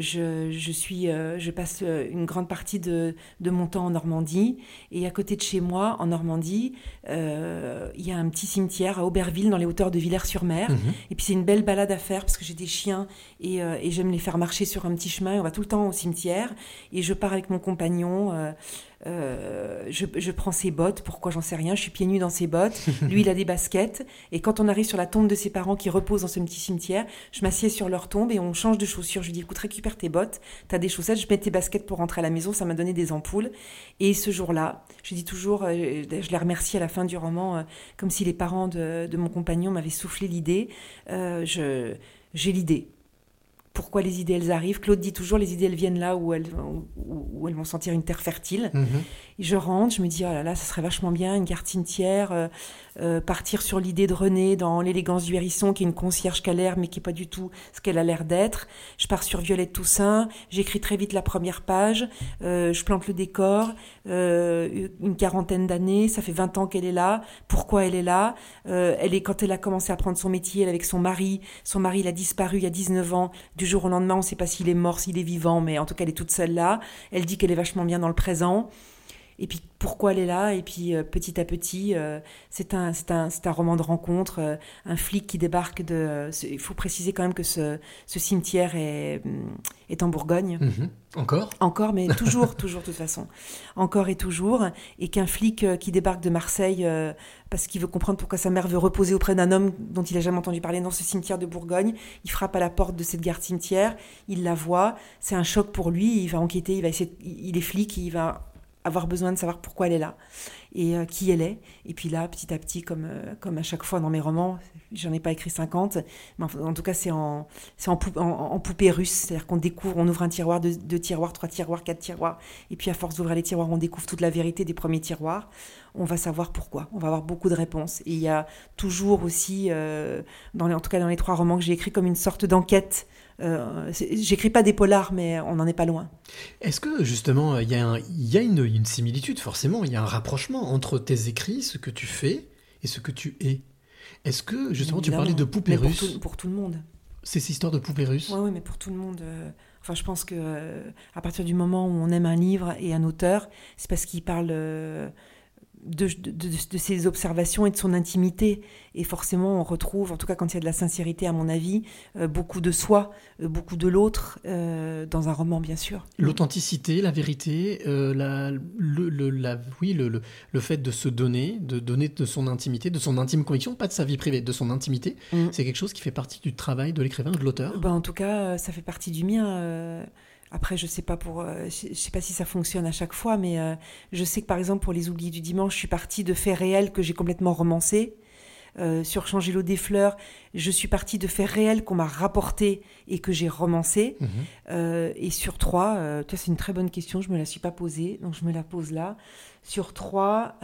Je passe une grande partie de mon temps en Normandie. Et à côté de chez moi, en Normandie, il y a un petit cimetière à Auberville, dans les hauteurs de Villers-sur-Mer. Et puis c'est une belle balade à faire parce que j'ai des chiens et j'aime les faire marcher sur un petit chemin. On va tout le temps au cimetière. Et je pars avec mon compagnon. Je prends ses bottes, pourquoi j'en sais rien, je suis pieds nus dans ses bottes, lui il a des baskets, et quand on arrive sur la tombe de ses parents qui reposent dans ce petit cimetière, je m'assieds sur leur tombe et on change de chaussures. Je lui dis écoute, récupère tes bottes, t'as des chaussettes, je mets tes baskets pour rentrer à la maison. Ça m'a donné des ampoules. Et ce jour-là, je dis toujours, je les remercie à la fin du roman, comme si les parents de mon compagnon m'avaient soufflé l'idée. J'ai l'idée. Pourquoi les idées, elles arrivent? Claude dit toujours, les idées, elles viennent là où elles vont sentir une terre fertile. Et je rentre, je me dis, oh là là, ça serait vachement bien, une carte cimetière, partir sur l'idée de Renée dans L'élégance du hérisson, qui est une concierge qu'à l'air, mais qui n'est pas du tout ce qu'elle a l'air d'être. Je pars sur Violette Toussaint, j'écris très vite la première page, je plante le décor, une quarantaine d'années, ça fait 20 ans qu'elle est là. Pourquoi elle est là? Quand elle a commencé à prendre son métier, elle est avec son mari, il a disparu il y a 19 ans, du jour au lendemain, on ne sait pas s'il est mort, s'il est vivant, mais en tout cas, elle est toute seule là. Elle dit qu'elle est vachement bien dans le présent. Et puis, pourquoi elle est là? Et puis, petit à petit, c'est un roman de rencontre. Un flic qui débarque il faut préciser quand même que ce cimetière est en Bourgogne. Encore, mais toujours, de toute façon. Encore et toujours. Et qu'un flic qui débarque de Marseille, parce qu'il veut comprendre pourquoi sa mère veut reposer auprès d'un homme dont il n'a jamais entendu parler dans ce cimetière de Bourgogne. Il frappe à la porte de cette garde-cimetière, il la voit. C'est un choc pour lui. Il va enquêter, il est flic, il va avoir besoin de savoir pourquoi elle est là et qui elle est. Et puis là, petit à petit, comme à chaque fois dans mes romans, j'en ai pas écrit 50, mais en tout cas, c'est en poupée russe. C'est-à-dire qu'on découvre, on ouvre un tiroir, 2 tiroirs, 3 tiroirs, 4 tiroirs, et puis à force d'ouvrir les tiroirs, on découvre toute la vérité des premiers tiroirs. On va savoir pourquoi. On va avoir beaucoup de réponses. Et il y a toujours aussi, en tout cas dans les 3 romans que j'ai écrits, comme une sorte d'enquête. J'écris pas des polars, mais on n'en est pas loin. Est-ce que justement il y a une similitude, forcément, il y a un rapprochement entre tes écrits, ce que tu fais et ce que tu es? Est-ce que justement tu parlais de poupées russes pour tout le monde. C'est cette histoire de poupées russes? Oui, mais pour tout le monde. Enfin, je pense que à partir du moment où on aime un livre et un auteur, c'est parce qu'il parle de ses observations et de son intimité. Et forcément, on retrouve, en tout cas quand il y a de la sincérité, à mon avis, beaucoup de soi, beaucoup de l'autre, dans un roman, bien sûr. L'authenticité, la vérité, le fait de se donner, de donner de son intimité, de son intime conviction, pas de sa vie privée, de son intimité, c'est quelque chose qui fait partie du travail de l'écrivain, de l'auteur. En tout cas, ça fait partie du mien. Après, je sais pas si ça fonctionne à chaque fois, mais je sais que par exemple pour Les Oubliés du dimanche, je suis partie de faits réels que j'ai complètement romancés. Sur Changer l'eau des fleurs, je suis partie de faits réels qu'on m'a rapportés et que j'ai romancés. Et sur 3, c'est une très bonne question, je me la suis pas posée, donc je me la pose là. Sur 3,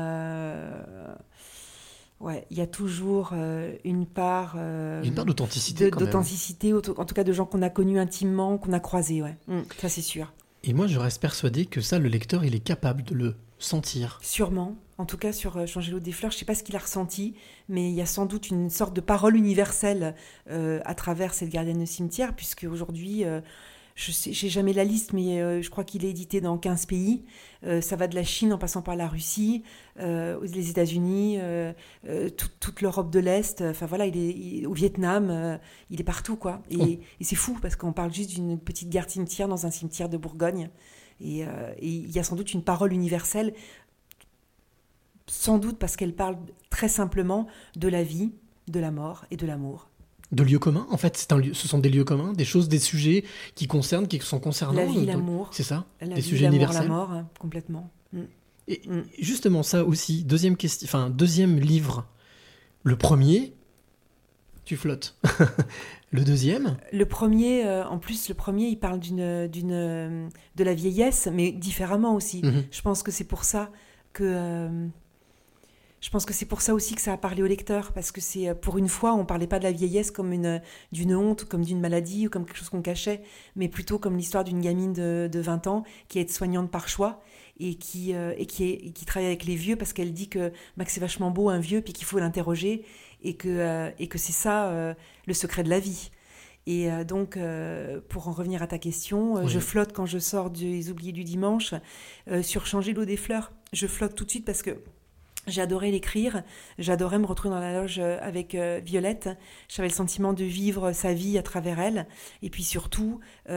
il y a toujours une part d'authenticité, d'authenticité, en tout cas de gens qu'on a connus intimement, qu'on a croisés, ça c'est sûr. Et moi je reste persuadée que ça, le lecteur, il est capable de le sentir. Sûrement. En tout cas, sur Changer l'eau des fleurs, je ne sais pas ce qu'il a ressenti, mais il y a sans doute une sorte de parole universelle à travers cette gardienne de cimetière, puisque aujourd'hui, j'ai jamais la liste, mais je crois qu'il est édité dans 15 pays. Ça va de la Chine en passant par la Russie, les États-Unis, toute l'Europe de l'Est. Enfin voilà, il est au Vietnam, il est partout, quoi. Et c'est fou, parce qu'on parle juste d'une petite garde cimetière dans un cimetière de Bourgogne. Et il y a sans doute une parole universelle, sans doute parce qu'elle parle très simplement de la vie, de la mort et de l'amour. De lieux communs, en fait, ce sont des lieux communs, des choses, des sujets qui sont concernants. La vie, l'amour. C'est ça, des sujets universels. La mort, complètement. Et justement, ça aussi, deuxième livre. Le premier, tu flottes. Le deuxième? Le premier, il parle de la vieillesse, mais différemment aussi. Je pense que c'est pour ça que Je pense que c'est pour ça aussi que ça a parlé au lecteur, parce que c'est pour une fois, on parlait pas de la vieillesse comme d'une honte, comme d'une maladie ou comme quelque chose qu'on cachait, mais plutôt comme l'histoire d'une gamine de 20 ans qui est soignante par choix et qui travaille avec les vieux parce qu'elle dit que c'est vachement beau un vieux puis qu'il faut l'interroger et que c'est ça le secret de la vie. Et donc, pour en revenir à ta question, je flotte quand je sors des Oubliés du dimanche sur Changer l'eau des fleurs. Je flotte tout de suite parce que j'adorais l'écrire, j'adorais me retrouver dans la loge avec Violette, j'avais le sentiment de vivre sa vie à travers elle, et puis surtout,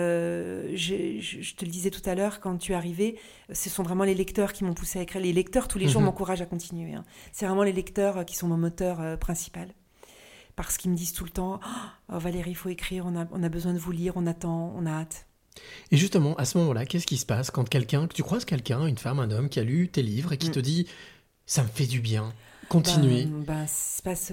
je te le disais tout à l'heure quand tu es arrivé, ce sont vraiment les lecteurs qui m'ont poussé à écrire, les lecteurs tous les jours m'encouragent à continuer, hein. C'est vraiment les lecteurs qui sont mon moteur principal, parce qu'ils me disent tout le temps « Oh Valérie, il faut écrire, on a besoin de vous lire, on attend, on a hâte ». Et justement, à ce moment-là, qu'est-ce qui se passe quand tu croises quelqu'un, une femme, un homme, qui a lu tes livres et qui te dit « ça me fait du bien, continuez ». Ça se passe...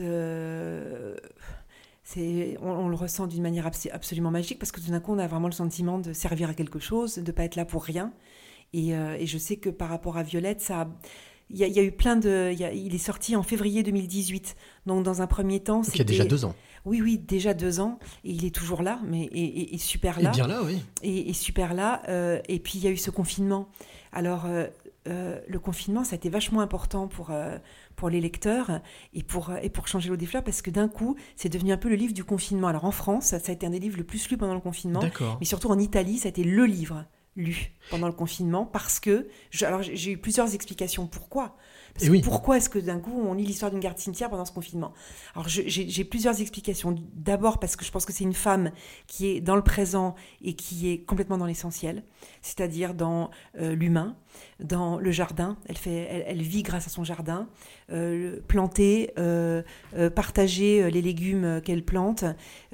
on le ressent d'une manière absolument magique parce que tout d'un coup, on a vraiment le sentiment de servir à quelque chose, de ne pas être là pour rien. Et je sais que par rapport à Violette, il y a eu il est sorti en février 2018. Donc, dans un premier temps, il y a déjà 2 ans. Oui, déjà 2 ans. Et il est toujours là, mais et super là. Et bien là, oui. Et super là. Et puis, il y a eu ce confinement. Alors, le confinement, ça a été vachement important pour les lecteurs et pour Changer l'eau des fleurs, parce que d'un coup, c'est devenu un peu le livre du confinement. Alors, en France, ça a été un des livres le plus lus pendant le confinement. D'accord. Mais surtout en Italie, ça a été le livre lu pendant le confinement parce que j'ai eu plusieurs explications pourquoi. Parce que pourquoi est-ce que d'un coup on lit l'histoire d'une garde cimetière pendant ce confinement? Alors j'ai plusieurs explications. D'abord parce que je pense que c'est une femme qui est dans le présent et qui est complètement dans l'essentiel, c'est-à-dire dans l'humain, dans le jardin. Elle vit grâce à son jardin, planter, partager les légumes qu'elle plante,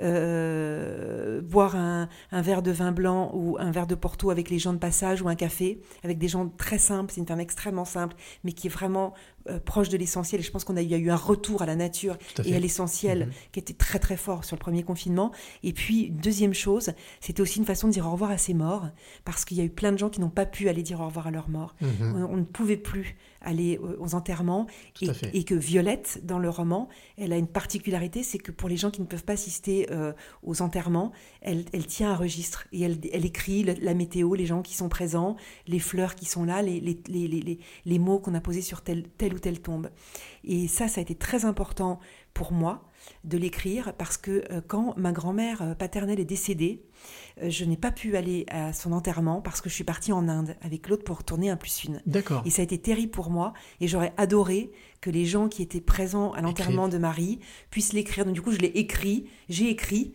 boire un verre de vin blanc ou un verre de Porto avec les gens de passage ou un café avec des gens très simples. C'est une femme extrêmement simple mais qui est vraiment proche de l'essentiel, et je pense qu'il y a eu un retour à la nature et à l'essentiel qui était très très fort sur le premier confinement. Et puis une deuxième chose, c'était aussi une façon de dire au revoir à ses morts, parce qu'il y a eu plein de gens qui n'ont pas pu aller dire au revoir à leurs morts. On ne pouvait plus aller aux enterrements, et que Violette, dans le roman, elle a une particularité, c'est que pour les gens qui ne peuvent pas assister aux enterrements, elle tient un registre et elle écrit la météo, les gens qui sont présents, les fleurs qui sont là, les mots qu'on a posés sur telle ou telle tombe. Et ça a été très important pour moi de l'écrire, parce que quand ma grand-mère paternelle est décédée, je n'ai pas pu aller à son enterrement parce que je suis partie en Inde avec l'autre pour retourner un plus une. D'accord. Et ça a été terrible pour moi, et j'aurais adoré que les gens qui étaient présents à l'enterrement de Marie puissent l'écrire. Donc du coup, je l'ai écrit, je l'ai écrit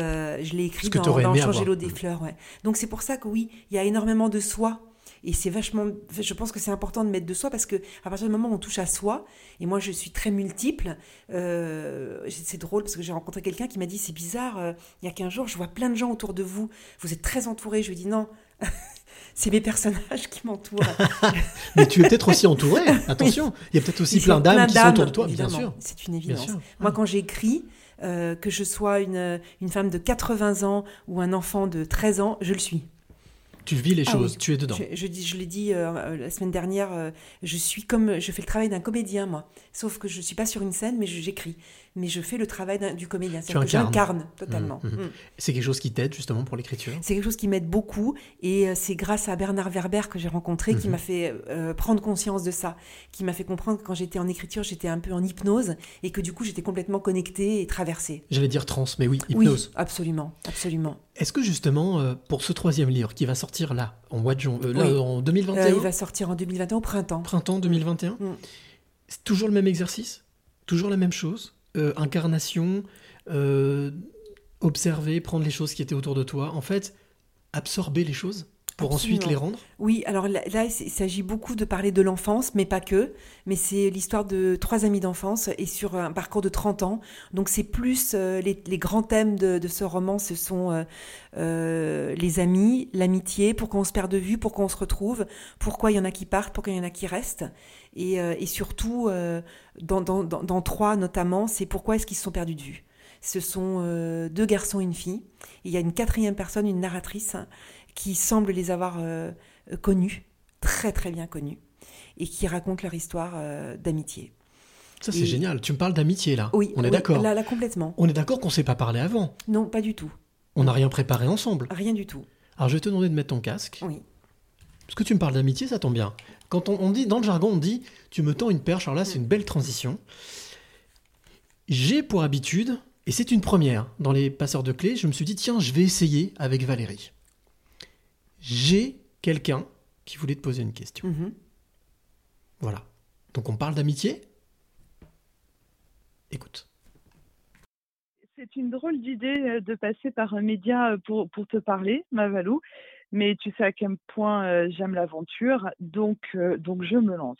dans Changer l'eau des fleurs. Ouais. Donc c'est pour ça que oui, il y a énormément de soi. Et c'est vachement, je pense que c'est important de mettre de soi, parce que à partir du moment où on touche à soi, et moi je suis très multiple, c'est drôle parce que j'ai rencontré quelqu'un qui m'a dit c'est bizarre, il y a 15 jours je vois plein de gens autour de vous, vous êtes très entourés. Je lui ai dit non, c'est mes personnages qui m'entourent. Mais tu es peut-être aussi entouré, attention, il y a peut-être aussi plein d'âmes qui sont autour de toi, évidemment, bien sûr. C'est une évidence. Moi quand j'écris, que je sois une femme de 80 ans ou un enfant de 13 ans, je le suis. Tu vis les choses, tu es dedans. Je l'ai dit la semaine dernière, je fais le travail d'un comédien, moi. Sauf que je ne suis pas sur une scène, mais j'écris. Mais je fais le travail du comédien. C'est-à-dire que j'incarne totalement. C'est quelque chose qui t'aide justement pour l'écriture? C'est quelque chose qui m'aide beaucoup. Et c'est grâce à Bernard Werber que j'ai rencontré qui m'a fait prendre conscience de ça. Qui m'a fait comprendre que quand j'étais en écriture, j'étais un peu en hypnose. Et que du coup, j'étais complètement connectée et traversée. J'allais dire trans, mais oui, hypnose. Oui, absolument, absolument. Est-ce que justement, pour ce 3e livre qui va sortir là, en mois de juin, en 2021 il va sortir en 2021, au printemps. Printemps 2021 C'est toujours le même exercice? Toujours la même chose? Incarnation, observer, prendre les choses qui étaient autour de toi, en fait, absorber les choses pour ensuite les rendre? Oui, alors là, il s'agit beaucoup de parler de l'enfance, mais pas que. Mais c'est l'histoire de 3 amis d'enfance et sur un parcours de 30 ans. Donc c'est plus les grands thèmes de ce roman, ce sont les amis, l'amitié, pourquoi on se perd de vue, pourquoi on se retrouve, pourquoi il y en a qui partent, pourquoi il y en a qui restent. Et surtout, dans 3 notamment, c'est pourquoi est-ce qu'ils se sont perdus de vue. Ce sont 2 garçons et une fille. Et il y a une 4e personne, une narratrice, qui semble les avoir connus, très très bien connus, et qui racontent leur histoire d'amitié. Ça, c'est génial. Tu me parles d'amitié, là. Oui, On est d'accord. Là, complètement. On est d'accord qu'on ne s'est pas parlé avant. Non, pas du tout. On n'a rien préparé ensemble. Rien du tout. Alors, je vais te demander de mettre ton casque. Oui. Parce que tu me parles d'amitié, ça tombe bien. Quand on dit, dans le jargon, on dit « tu me tends une perche », alors là, c'est une belle transition. J'ai pour habitude, et c'est une première, dans les passeurs de clés, je me suis dit « tiens, je vais essayer avec Valérie ». J'ai quelqu'un qui voulait te poser une question. Mhm. Voilà. Donc, on parle d'amitié ? Écoute. C'est une drôle d'idée de passer par un média pour te parler, Mavalou, mais tu sais à quel point j'aime l'aventure, donc je me lance.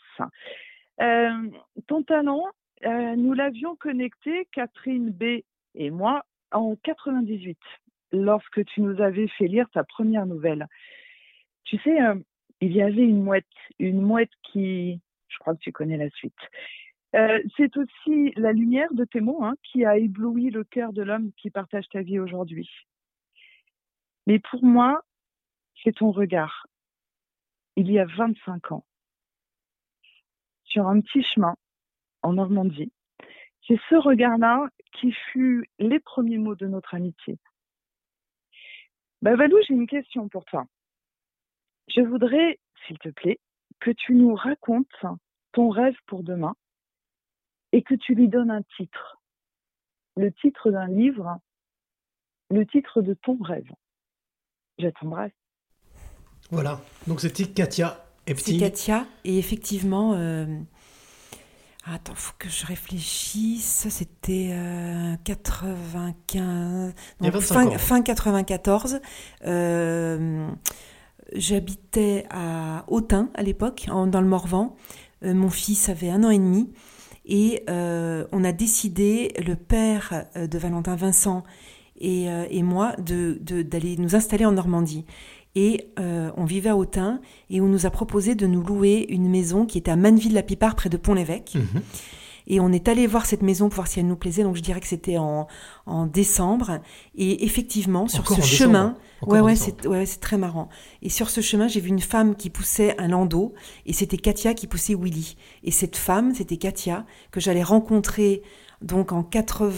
Ton talent, nous l'avions connecté, Catherine B. et moi, en 98, lorsque tu nous avais fait lire ta première nouvelle. Tu sais, il y avait une mouette qui... Je crois que tu connais la suite. C'est aussi la lumière de tes mots qui a ébloui le cœur de l'homme qui partage ta vie aujourd'hui. Mais pour moi, c'est ton regard. Il y a 25 ans, sur un petit chemin en Normandie, c'est ce regard-là qui fut les premiers mots de notre amitié. Valou, j'ai une question pour toi. Je voudrais, s'il te plaît, que tu nous racontes ton rêve pour demain et que tu lui donnes un titre. Le titre d'un livre, le titre de ton rêve. Je t'embrasse. Voilà, donc c'était Katia Epting. C'est Katia, et effectivement... Attends, faut que je réfléchisse. C'était 95... Donc fin 94. J'habitais à Autun à l'époque, dans le Morvan. Mon fils avait 1 an et demi. Et on a décidé, le père de Valentin, Vincent, et moi, d'aller nous installer en Normandie. Et on vivait à Autun, et on nous a proposé de nous louer une maison qui était à Manneville-la-Pipard, près de Pont-l'Évêque. Mmh. Et on est allé voir cette maison pour voir si elle nous plaisait, donc je dirais que c'était en décembre. Et effectivement, sur ce chemin... c'est très marrant. Et sur ce chemin, j'ai vu une femme qui poussait un landau, et c'était Katia qui poussait Willy. Et cette femme, c'était Katia, que j'allais rencontrer donc en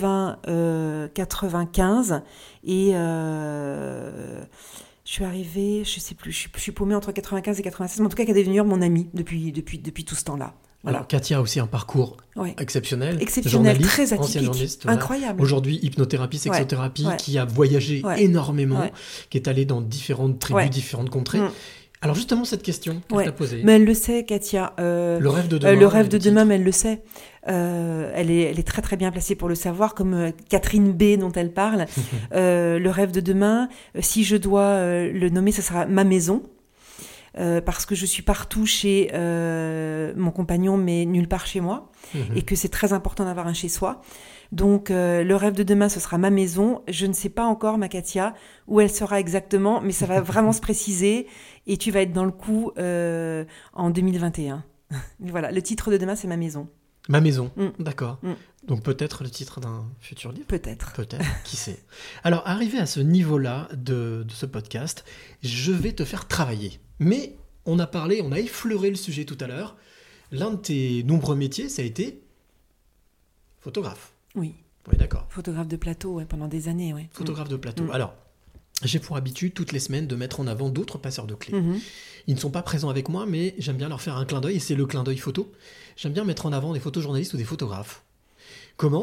95. Et je suis arrivée, je sais plus, je suis paumée entre 95 et 96, mais en tout cas, qui est devenue mon amie depuis tout ce temps-là. Voilà. Alors, Katia a aussi un parcours exceptionnel. Exceptionnel, très atypique, ancienne journaliste, incroyable. Aujourd'hui, hypnothérapie, sexothérapie, qui a voyagé énormément, qui est allée dans différentes tribus, différentes contrées. Alors justement, cette question qu'elle t'a posée. Mais elle le sait, Katia. Le rêve de demain. Mais elle le sait. Elle est très très bien placée pour le savoir, comme Catherine B dont elle parle. Le rêve de demain, si je dois le nommer, ce sera ma maison. Parce que je suis partout chez mon compagnon, mais nulle part chez moi, et que c'est très important d'avoir un chez-soi. Donc, le rêve de demain, ce sera ma maison. Je ne sais pas encore, ma Katia, où elle sera exactement, mais ça va vraiment se préciser, et tu vas être dans le coup en 2021. Voilà, le titre de demain, c'est ma maison. Ma maison, d'accord. Donc peut-être le titre d'un futur livre. Peut-être, qui sait. Alors, arrivé à ce niveau-là de ce podcast, je vais te faire travailler. Mais on a effleuré le sujet tout à l'heure. L'un de tes nombreux métiers, ça a été photographe. Oui. Oui, d'accord. Photographe de plateau, pendant des années, ouais. Photographe de plateau. Alors, j'ai pour habitude, toutes les semaines, de mettre en avant d'autres passeurs de clés. Ils ne sont pas présents avec moi, mais j'aime bien leur faire un clin d'œil, et c'est le clin d'œil photo. J'aime bien mettre en avant des photojournalistes ou des photographes. Comment ?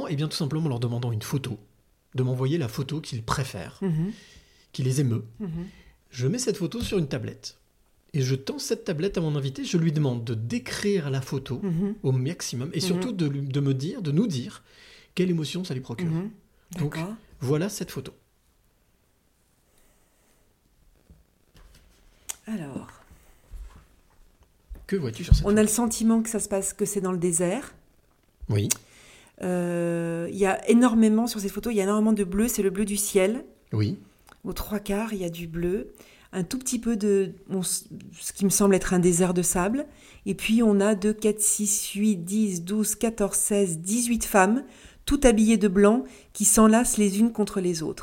Eh bien, tout simplement en leur demandant une photo, de m'envoyer la photo qu'ils préfèrent, qui les émeut. Je mets cette photo sur une tablette. Et je tends cette tablette à mon invité, je lui demande de décrire la photo au maximum, et surtout de nous dire quelle émotion ça lui procure. Donc, voilà cette photo. Alors... Que vois-tu sur cette photo ? On a le sentiment que ça se passe, que c'est dans le désert. Oui. Il y a énormément, sur cette photo, il y a énormément de bleu, c'est le bleu du ciel. Oui. Aux 3/4, il y a du bleu. Un tout petit peu de ce qui me semble être un désert de sable. Et puis on a 2, 4, 6, 8, 10, 12, 14, 16, 18 femmes, toutes habillées de blanc, qui s'enlacent les unes contre les autres.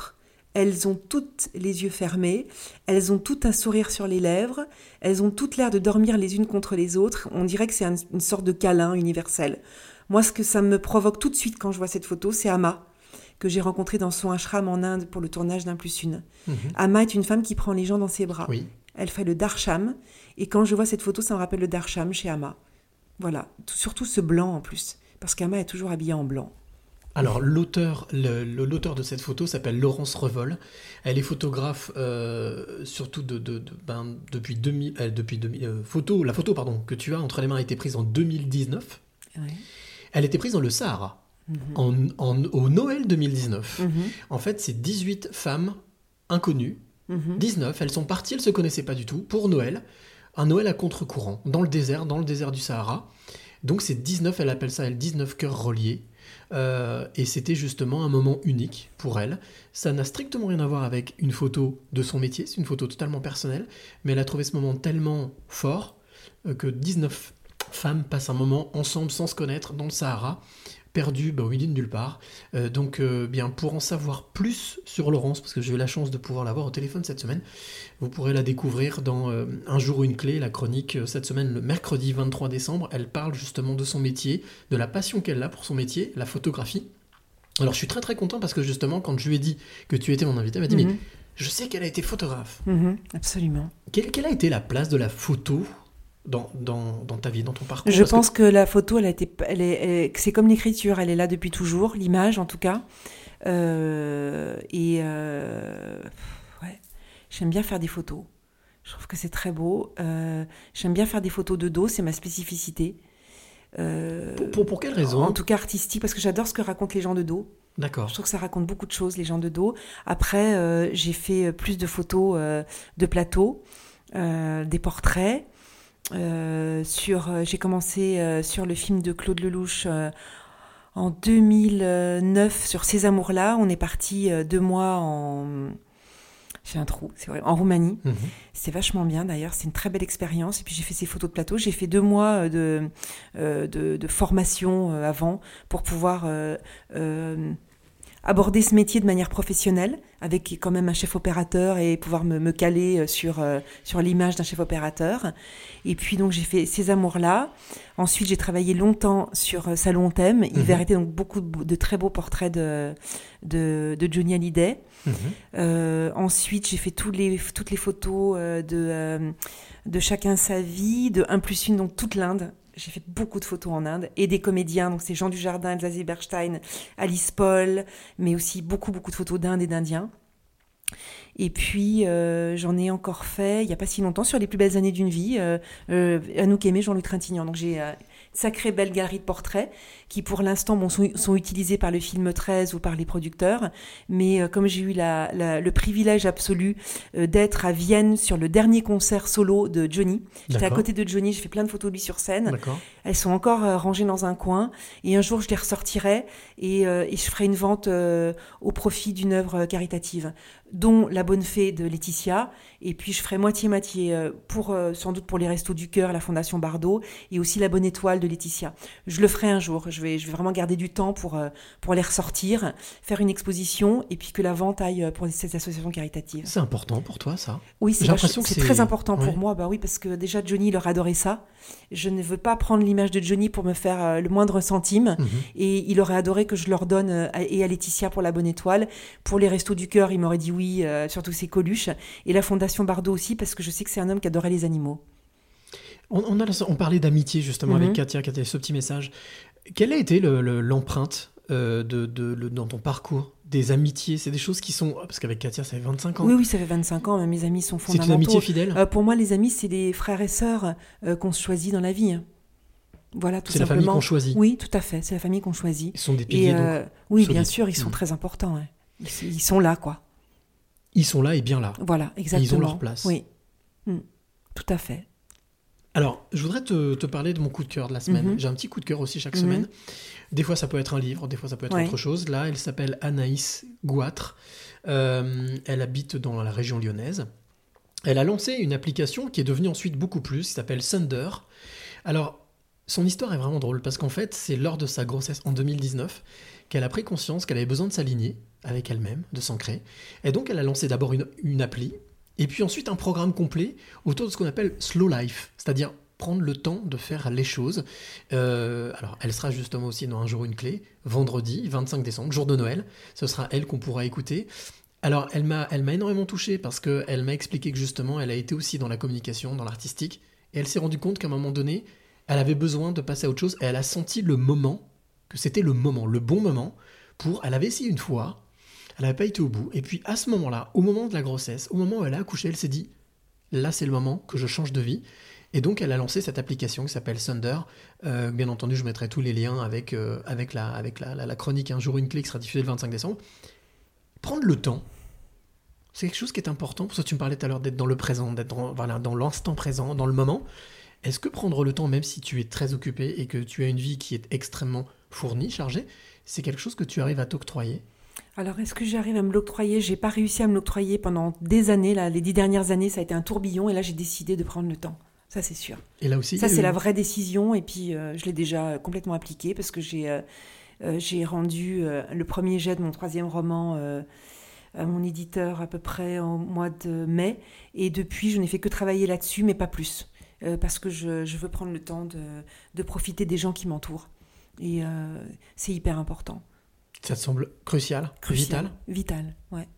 elles ont toutes les yeux fermés, elles ont toutes un sourire sur les lèvres, elles ont toutes l'air de dormir les unes contre les autres. On dirait que c'est une sorte de câlin universel. Moi, ce que ça me provoque tout de suite quand je vois cette photo, c'est Amma, que j'ai rencontrée dans son ashram en Inde pour le tournage d'1+1. Amma est une femme qui prend les gens dans ses bras. Oui. Elle fait le darsham, et quand je vois cette photo, ça me rappelle le darsham chez Amma. Voilà, surtout ce blanc en plus, parce qu'Ama est toujours habillée en blanc. Alors l'auteur de cette photo s'appelle Laurence Revol. Elle est photographe surtout depuis 2000. La photo que tu as entre les mains a été prise en 2019. Ouais. Elle était prise dans le Sahara au Noël 2019. En fait, c'est 18 femmes inconnues. 19, elles sont parties, elles ne se connaissaient pas du tout, pour Noël. Un Noël à contre-courant, dans le désert du Sahara. Donc c'est 19, elle appelle ça 19 cœurs reliés. Et c'était justement un moment unique pour elle. Ça n'a strictement rien à voir avec une photo de son métier, c'est une photo totalement personnelle, mais elle a trouvé ce moment tellement fort que 19 femmes passent un moment ensemble sans se connaître dans le Sahara, perdues au milieu de nulle part. Donc pour en savoir plus sur Laurence, parce que j'ai eu la chance de pouvoir l'avoir au téléphone cette semaine, vous pourrez la découvrir dans Un jour une clé, la chronique cette semaine, le mercredi 23 décembre. Elle parle justement de son métier, de la passion qu'elle a pour son métier, la photographie. Alors je suis très très content parce que justement quand je lui ai dit que tu étais mon invité, elle m'a dit mais je sais qu'elle a été photographe. Absolument. Quelle a été la place de la photo dans ta vie, dans ton parcours? Je pense que la photo, c'est comme l'écriture, elle est là depuis toujours, l'image en tout cas. J'aime bien faire des photos. Je trouve que c'est très beau. J'aime bien faire des photos de dos, c'est ma spécificité. Pour quelle raison? En tout cas artistique, parce que j'adore ce que racontent les gens de dos. D'accord. Je trouve que ça raconte beaucoup de choses, les gens de dos. Après, j'ai fait plus de photos de plateau, des portraits. J'ai commencé sur le film de Claude Lelouch en 2009 sur Ces amours-là. On est parti 2 mois j'ai un trou, c'est vrai, en Roumanie. C'était vachement bien d'ailleurs, c'est une très belle expérience. Et puis j'ai fait ces photos de plateau. J'ai fait 2 mois de formation avant pour pouvoir aborder ce métier de manière professionnelle, avec quand même un chef opérateur et pouvoir me caler sur l'image d'un chef opérateur. Et puis donc j'ai fait Ces amours-là. Ensuite j'ai travaillé longtemps sur Salon Thème. Il va arrêter donc beaucoup de très beaux portraits de Johnny Hallyday. Ensuite j'ai fait toutes les photos de Chacun sa vie, de 1+1, donc toute l'Inde. J'ai fait beaucoup de photos en Inde et des comédiens, donc c'est Jean Dujardin, Elsa Zilberstein, Alice Paul, mais aussi beaucoup de photos d'Inde et d'Indiens. Et puis j'en ai encore fait, il n'y a pas si longtemps, sur les plus belles années d'une vie, Anouk Aimée, Jean-Luc Trintignant. Donc j'ai une sacrée belle galerie de portraits qui pour l'instant sont utilisés par le film 13 ou par les producteurs. Mais comme j'ai eu le privilège absolu d'être à Vienne sur le dernier concert solo de Johnny, j'étais à côté de Johnny, j'ai fait plein de photos de lui sur scène. D'accord. Elles sont encore rangées dans un coin et un jour je les ressortirai et je ferai une vente au profit d'une œuvre caritative, dont La Bonne Fée de Laetitia, et puis je ferai moitié-moitié sans doute pour les Restos du Cœur, la Fondation Bardot, et aussi La Bonne Étoile de Laetitia. Je le ferai un jour, je vais vraiment garder du temps pour les ressortir, faire une exposition, et puis que la vente aille pour cette association caritative. C'est important pour toi, ça? Oui, c'est très important pour moi, oui, parce que déjà Johnny, il aurait adoré ça. Je ne veux pas prendre l'image de Johnny pour me faire le moindre centime, et il aurait adoré que je leur donne, et à Laetitia pour La Bonne Étoile. Pour les Restos du Cœur, il m'aurait dit oui, surtout ses Coluches, et la Fondation Bardot aussi, parce que je sais que c'est un homme qui adorait les animaux. On parlait d'amitié justement avec Katia, qui a ce petit message. Quelle a été l'empreinte dans ton parcours des amitiés? C'est des choses qui sont... Parce qu'avec Katia, ça fait 25 ans. Oui, ça fait 25 ans. Mes amis sont fondamentaux. C'est une amitié fidèle? Pour moi, les amis, c'est des frères et sœurs qu'on se choisit dans la vie. Voilà, tout simplement. C'est la famille qu'on choisit? Oui, tout à fait. C'est la famille qu'on choisit. Ils sont des piliers, donc oui, solides. Bien sûr, ils sont très importants. Ouais. Ils sont là, quoi. Ils sont là et bien là. Voilà, exactement. Et ils ont leur place. Oui, tout à fait. Alors, je voudrais te parler de mon coup de cœur de la semaine. J'ai un petit coup de cœur aussi chaque semaine. Des fois, ça peut être un livre, des fois, ça peut être autre chose. Là, elle s'appelle Anaïs Goitre. Elle habite dans la région lyonnaise. Elle a lancé une application qui est devenue ensuite beaucoup plus, qui s'appelle Sender. Alors, Son histoire est vraiment drôle parce qu'en fait, c'est lors de sa grossesse en 2019 qu'elle a pris conscience qu'elle avait besoin de s'aligner avec elle-même, de s'ancrer. Et donc, elle a lancé d'abord une appli et puis ensuite un programme complet autour de ce qu'on appelle Slow Life, c'est-à-dire prendre le temps de faire les choses. Alors, elle sera justement aussi dans Un jour une clé, vendredi 25 décembre, jour de Noël. Ce sera elle qu'on pourra écouter. Alors, elle m'a énormément touché parce qu'elle m'a expliqué que justement, elle a été aussi dans la communication, dans l'artistique, et elle s'est rendue compte qu'à un moment donné, elle avait besoin de passer à autre chose, et elle a senti le moment, que c'était le moment, le bon moment, elle avait essayé une fois, elle n'avait pas été au bout, et puis à ce moment-là, au moment de la grossesse, au moment où elle a accouché, elle s'est dit, là c'est le moment que je change de vie, et donc elle a lancé cette application qui s'appelle Thunder. Bien entendu, je mettrai tous les liens avec la chronique Un jour une clé qui sera diffusée le 25 décembre. Prendre le temps, c'est quelque chose qui est important, parce que tu me parlais tout à l'heure d'être dans le présent, d'être dans l'instant présent, dans le moment. Est-ce que prendre le temps, même si tu es très occupé et que tu as une vie qui est extrêmement fournie, chargée, c'est quelque chose que tu arrives à t'octroyer ? Alors, est-ce que j'arrive à me l'octroyer ? J'ai pas réussi à me l'octroyer pendant des années. Là, les 10 dernières années, ça a été un tourbillon, et là, j'ai décidé de prendre le temps. Ça, c'est sûr. Et là aussi, ça, c'est la vraie décision, et puis je l'ai déjà complètement appliquée parce que j'ai rendu le premier jet de mon 3e roman à mon éditeur à peu près au mois de mai, et depuis, je n'ai fait que travailler là-dessus, mais pas plus, parce que je veux prendre le temps de profiter des gens qui m'entourent, et c'est hyper important. Ça te semble crucial, vital ? Vital, ouais.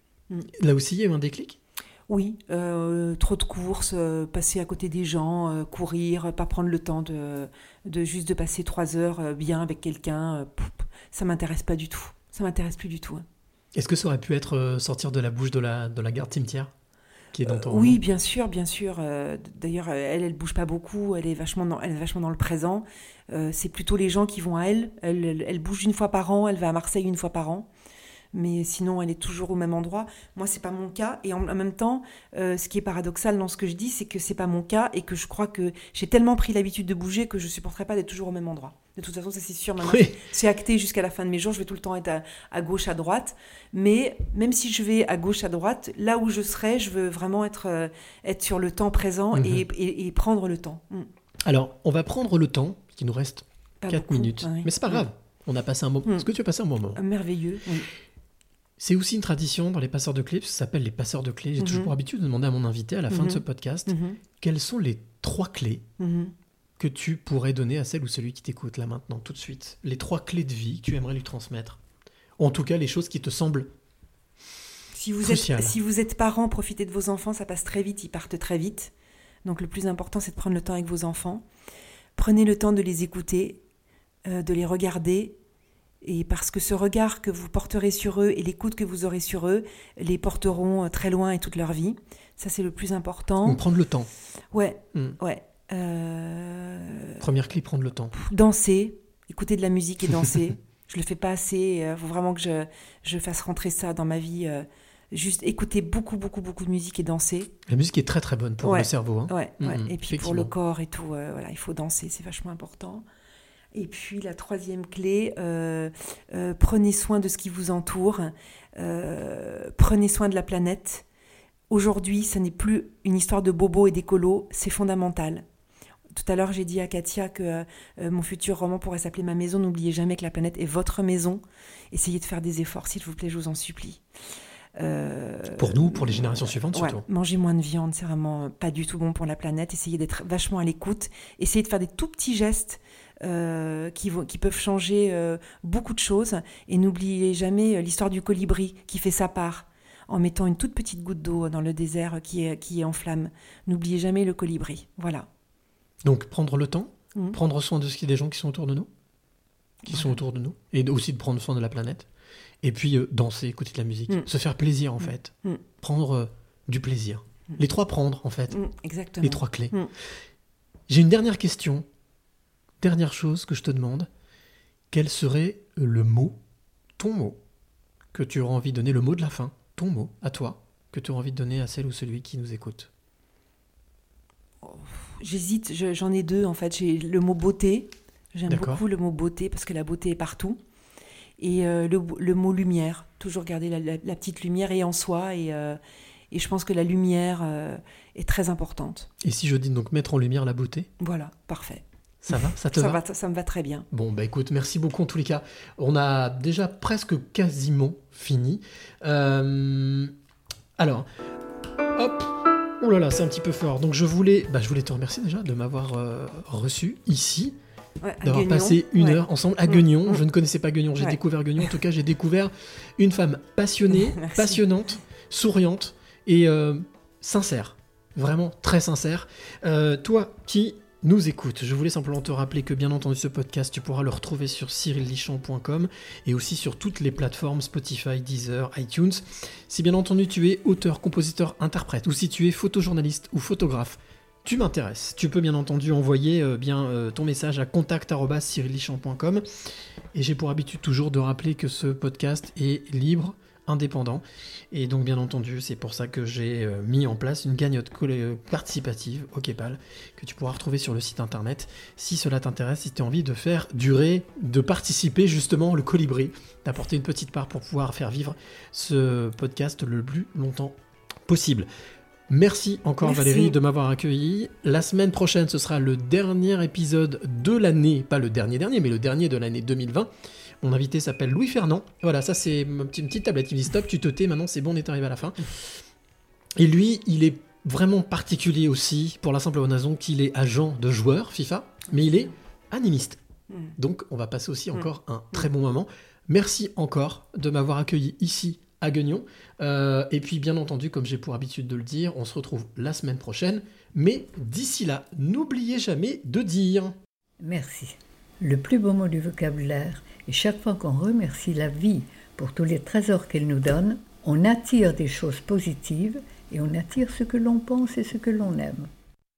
Là aussi, il y a eu un déclic ? Oui, trop de courses, passer à côté des gens, courir, pas prendre le temps de juste de passer 3 heures bien avec quelqu'un, ça m'intéresse pas du tout. Ça m'intéresse plus du tout. Est-ce que ça aurait pu être sortir de la bouche de la garde cimetière qui est dans ton Oui, bien sûr. D'ailleurs, elle bouge pas beaucoup, elle est vachement dans le présent. C'est plutôt les gens qui vont à elle. Elle bouge une fois par an, elle va à Marseille une fois par an. Mais sinon, elle est toujours au même endroit. Moi, c'est pas mon cas. Et en même temps, ce qui est paradoxal dans ce que je dis, c'est que c'est pas mon cas et que je crois que j'ai tellement pris l'habitude de bouger que je supporterais pas d'être toujours au même endroit. De toute façon, ça c'est sûr. Maintenant, oui. C'est acté jusqu'à la fin de mes jours. Je vais tout le temps être à gauche, à droite. Mais même si je vais à gauche, à droite, là où je serai, je veux vraiment être sur le temps présent et prendre le temps. Alors, on va prendre le temps. Il nous reste pas 4 beaucoup, minutes. Ouais. Mais c'est pas grave. On a passé un moment. Est-ce que tu as passé un bon moment ? Merveilleux, oui. C'est aussi une tradition dans les passeurs de clés, ça s'appelle les passeurs de clés. J'ai toujours pour habitude de demander à mon invité à la fin de ce podcast quelles sont les 3 clés que tu pourrais donner à celle ou celui qui t'écoute là maintenant, tout de suite. Les 3 clés de vie que tu aimerais lui transmettre. Ou en tout cas, les choses qui te semblent cruciales. Si vous êtes parent, profitez de vos enfants, ça passe très vite, ils partent très vite. Donc le plus important, c'est de prendre le temps avec vos enfants. Prenez le temps de les écouter, de les regarder. Et parce que ce regard que vous porterez sur eux et l'écoute que vous aurez sur eux les porteront très loin et toute leur vie. Ça, c'est le plus important. Donc, prendre le temps. Ouais. Première clé, prendre le temps. Danser, écouter de la musique et danser. Je le fais pas assez. Il faut vraiment que je fasse rentrer ça dans ma vie. Juste écouter beaucoup de musique et danser. La musique est très très bonne pour le cerveau. Hein. Et puis pour le corps et tout, il faut danser, c'est vachement important. Et puis la 3e clé, prenez soin de ce qui vous entoure, prenez soin de la planète. Aujourd'hui, ce n'est plus une histoire de bobos et d'écolos, c'est fondamental. Tout à l'heure, j'ai dit à Katia que mon futur roman pourrait s'appeler Ma maison. N'oubliez jamais que la planète est votre maison. Essayez de faire des efforts, s'il vous plaît, je vous en supplie. Pour nous, pour les générations suivantes surtout. Mangez moins de viande, c'est vraiment pas du tout bon pour la planète. Essayez d'être vachement à l'écoute. Essayez de faire des tout petits gestes qui peuvent changer beaucoup de choses. Et n'oubliez jamais l'histoire du colibri qui fait sa part en mettant une toute petite goutte d'eau dans le désert qui est en flamme. N'oubliez jamais le colibri. Voilà. Donc prendre le temps, prendre soin de ce qu'il y a des gens qui sont autour de nous, et aussi de prendre soin de la planète. Et puis danser, écouter de la musique, se faire plaisir en fait, prendre du plaisir. Les 3 prendre en fait, exactement. Les 3 clés. J'ai une dernière question, dernière chose que je te demande, quel serait le mot, ton mot, que tu auras envie de donner, le mot de la fin, ton mot à toi, que tu auras envie de donner à celle ou celui qui nous écoute ? J'hésite, j'en ai 2 en fait. J'ai le mot beauté, j'aime beaucoup le mot beauté parce que la beauté est partout. Et le mot lumière, toujours garder la petite lumière et en soi. Et je pense que la lumière est très importante. Et si je dis donc mettre en lumière la beauté ? Voilà, parfait. Ça va? Ça te va? Ça me va très bien. Bon, bah écoute, merci beaucoup en tous les cas. On a déjà presque quasiment fini. Alors, hop. Oh là là, c'est un petit peu fort. Donc je voulais te remercier déjà de m'avoir reçu ici. Ouais, d'avoir passé une heure ensemble à Guignon. Je ne connaissais pas Guignon, j'ai découvert Guignon. En tout cas, j'ai découvert une femme passionnée, passionnante, souriante et sincère. Vraiment très sincère. Toi qui nous écoutes, je voulais simplement te rappeler que bien entendu ce podcast, tu pourras le retrouver sur cyrillichamp.com et aussi sur toutes les plateformes Spotify, Deezer, iTunes. Si bien entendu tu es auteur, compositeur, interprète ou si tu es photojournaliste ou photographe, tu m'intéresses. Tu peux bien entendu envoyer ton message à contact@cyrillichamp.com et j'ai pour habitude toujours de rappeler que ce podcast est libre, indépendant et donc bien entendu c'est pour ça que j'ai mis en place une cagnotte participative au Kepal que tu pourras retrouver sur le site internet si cela t'intéresse, si tu as envie de faire durer, de participer justement le colibri, d'apporter une petite part pour pouvoir faire vivre ce podcast le plus longtemps possible. Merci encore Valérie de m'avoir accueilli. La semaine prochaine ce sera le dernier épisode de l'année, pas le dernier mais le dernier de l'année 2020. Mon invité s'appelle Louis Fernand. Voilà, ça c'est une petite tablette qui me dit stop, tu te tais, maintenant c'est bon, on est arrivé à la fin. Et lui, il est vraiment particulier aussi, pour la simple bonne raison qu'il est agent de joueur FIFA, mais il est animiste. Donc on va passer aussi encore un très bon moment. Merci encore de m'avoir accueilli ici à Guignon. Et puis bien entendu, comme j'ai pour habitude de le dire, on se retrouve la semaine prochaine. Mais d'ici là, n'oubliez jamais de dire... Merci. Le plus beau mot du vocabulaire. Et chaque fois qu'on remercie la vie pour tous les trésors qu'elle nous donne, on attire des choses positives et on attire ce que l'on pense et ce que l'on aime.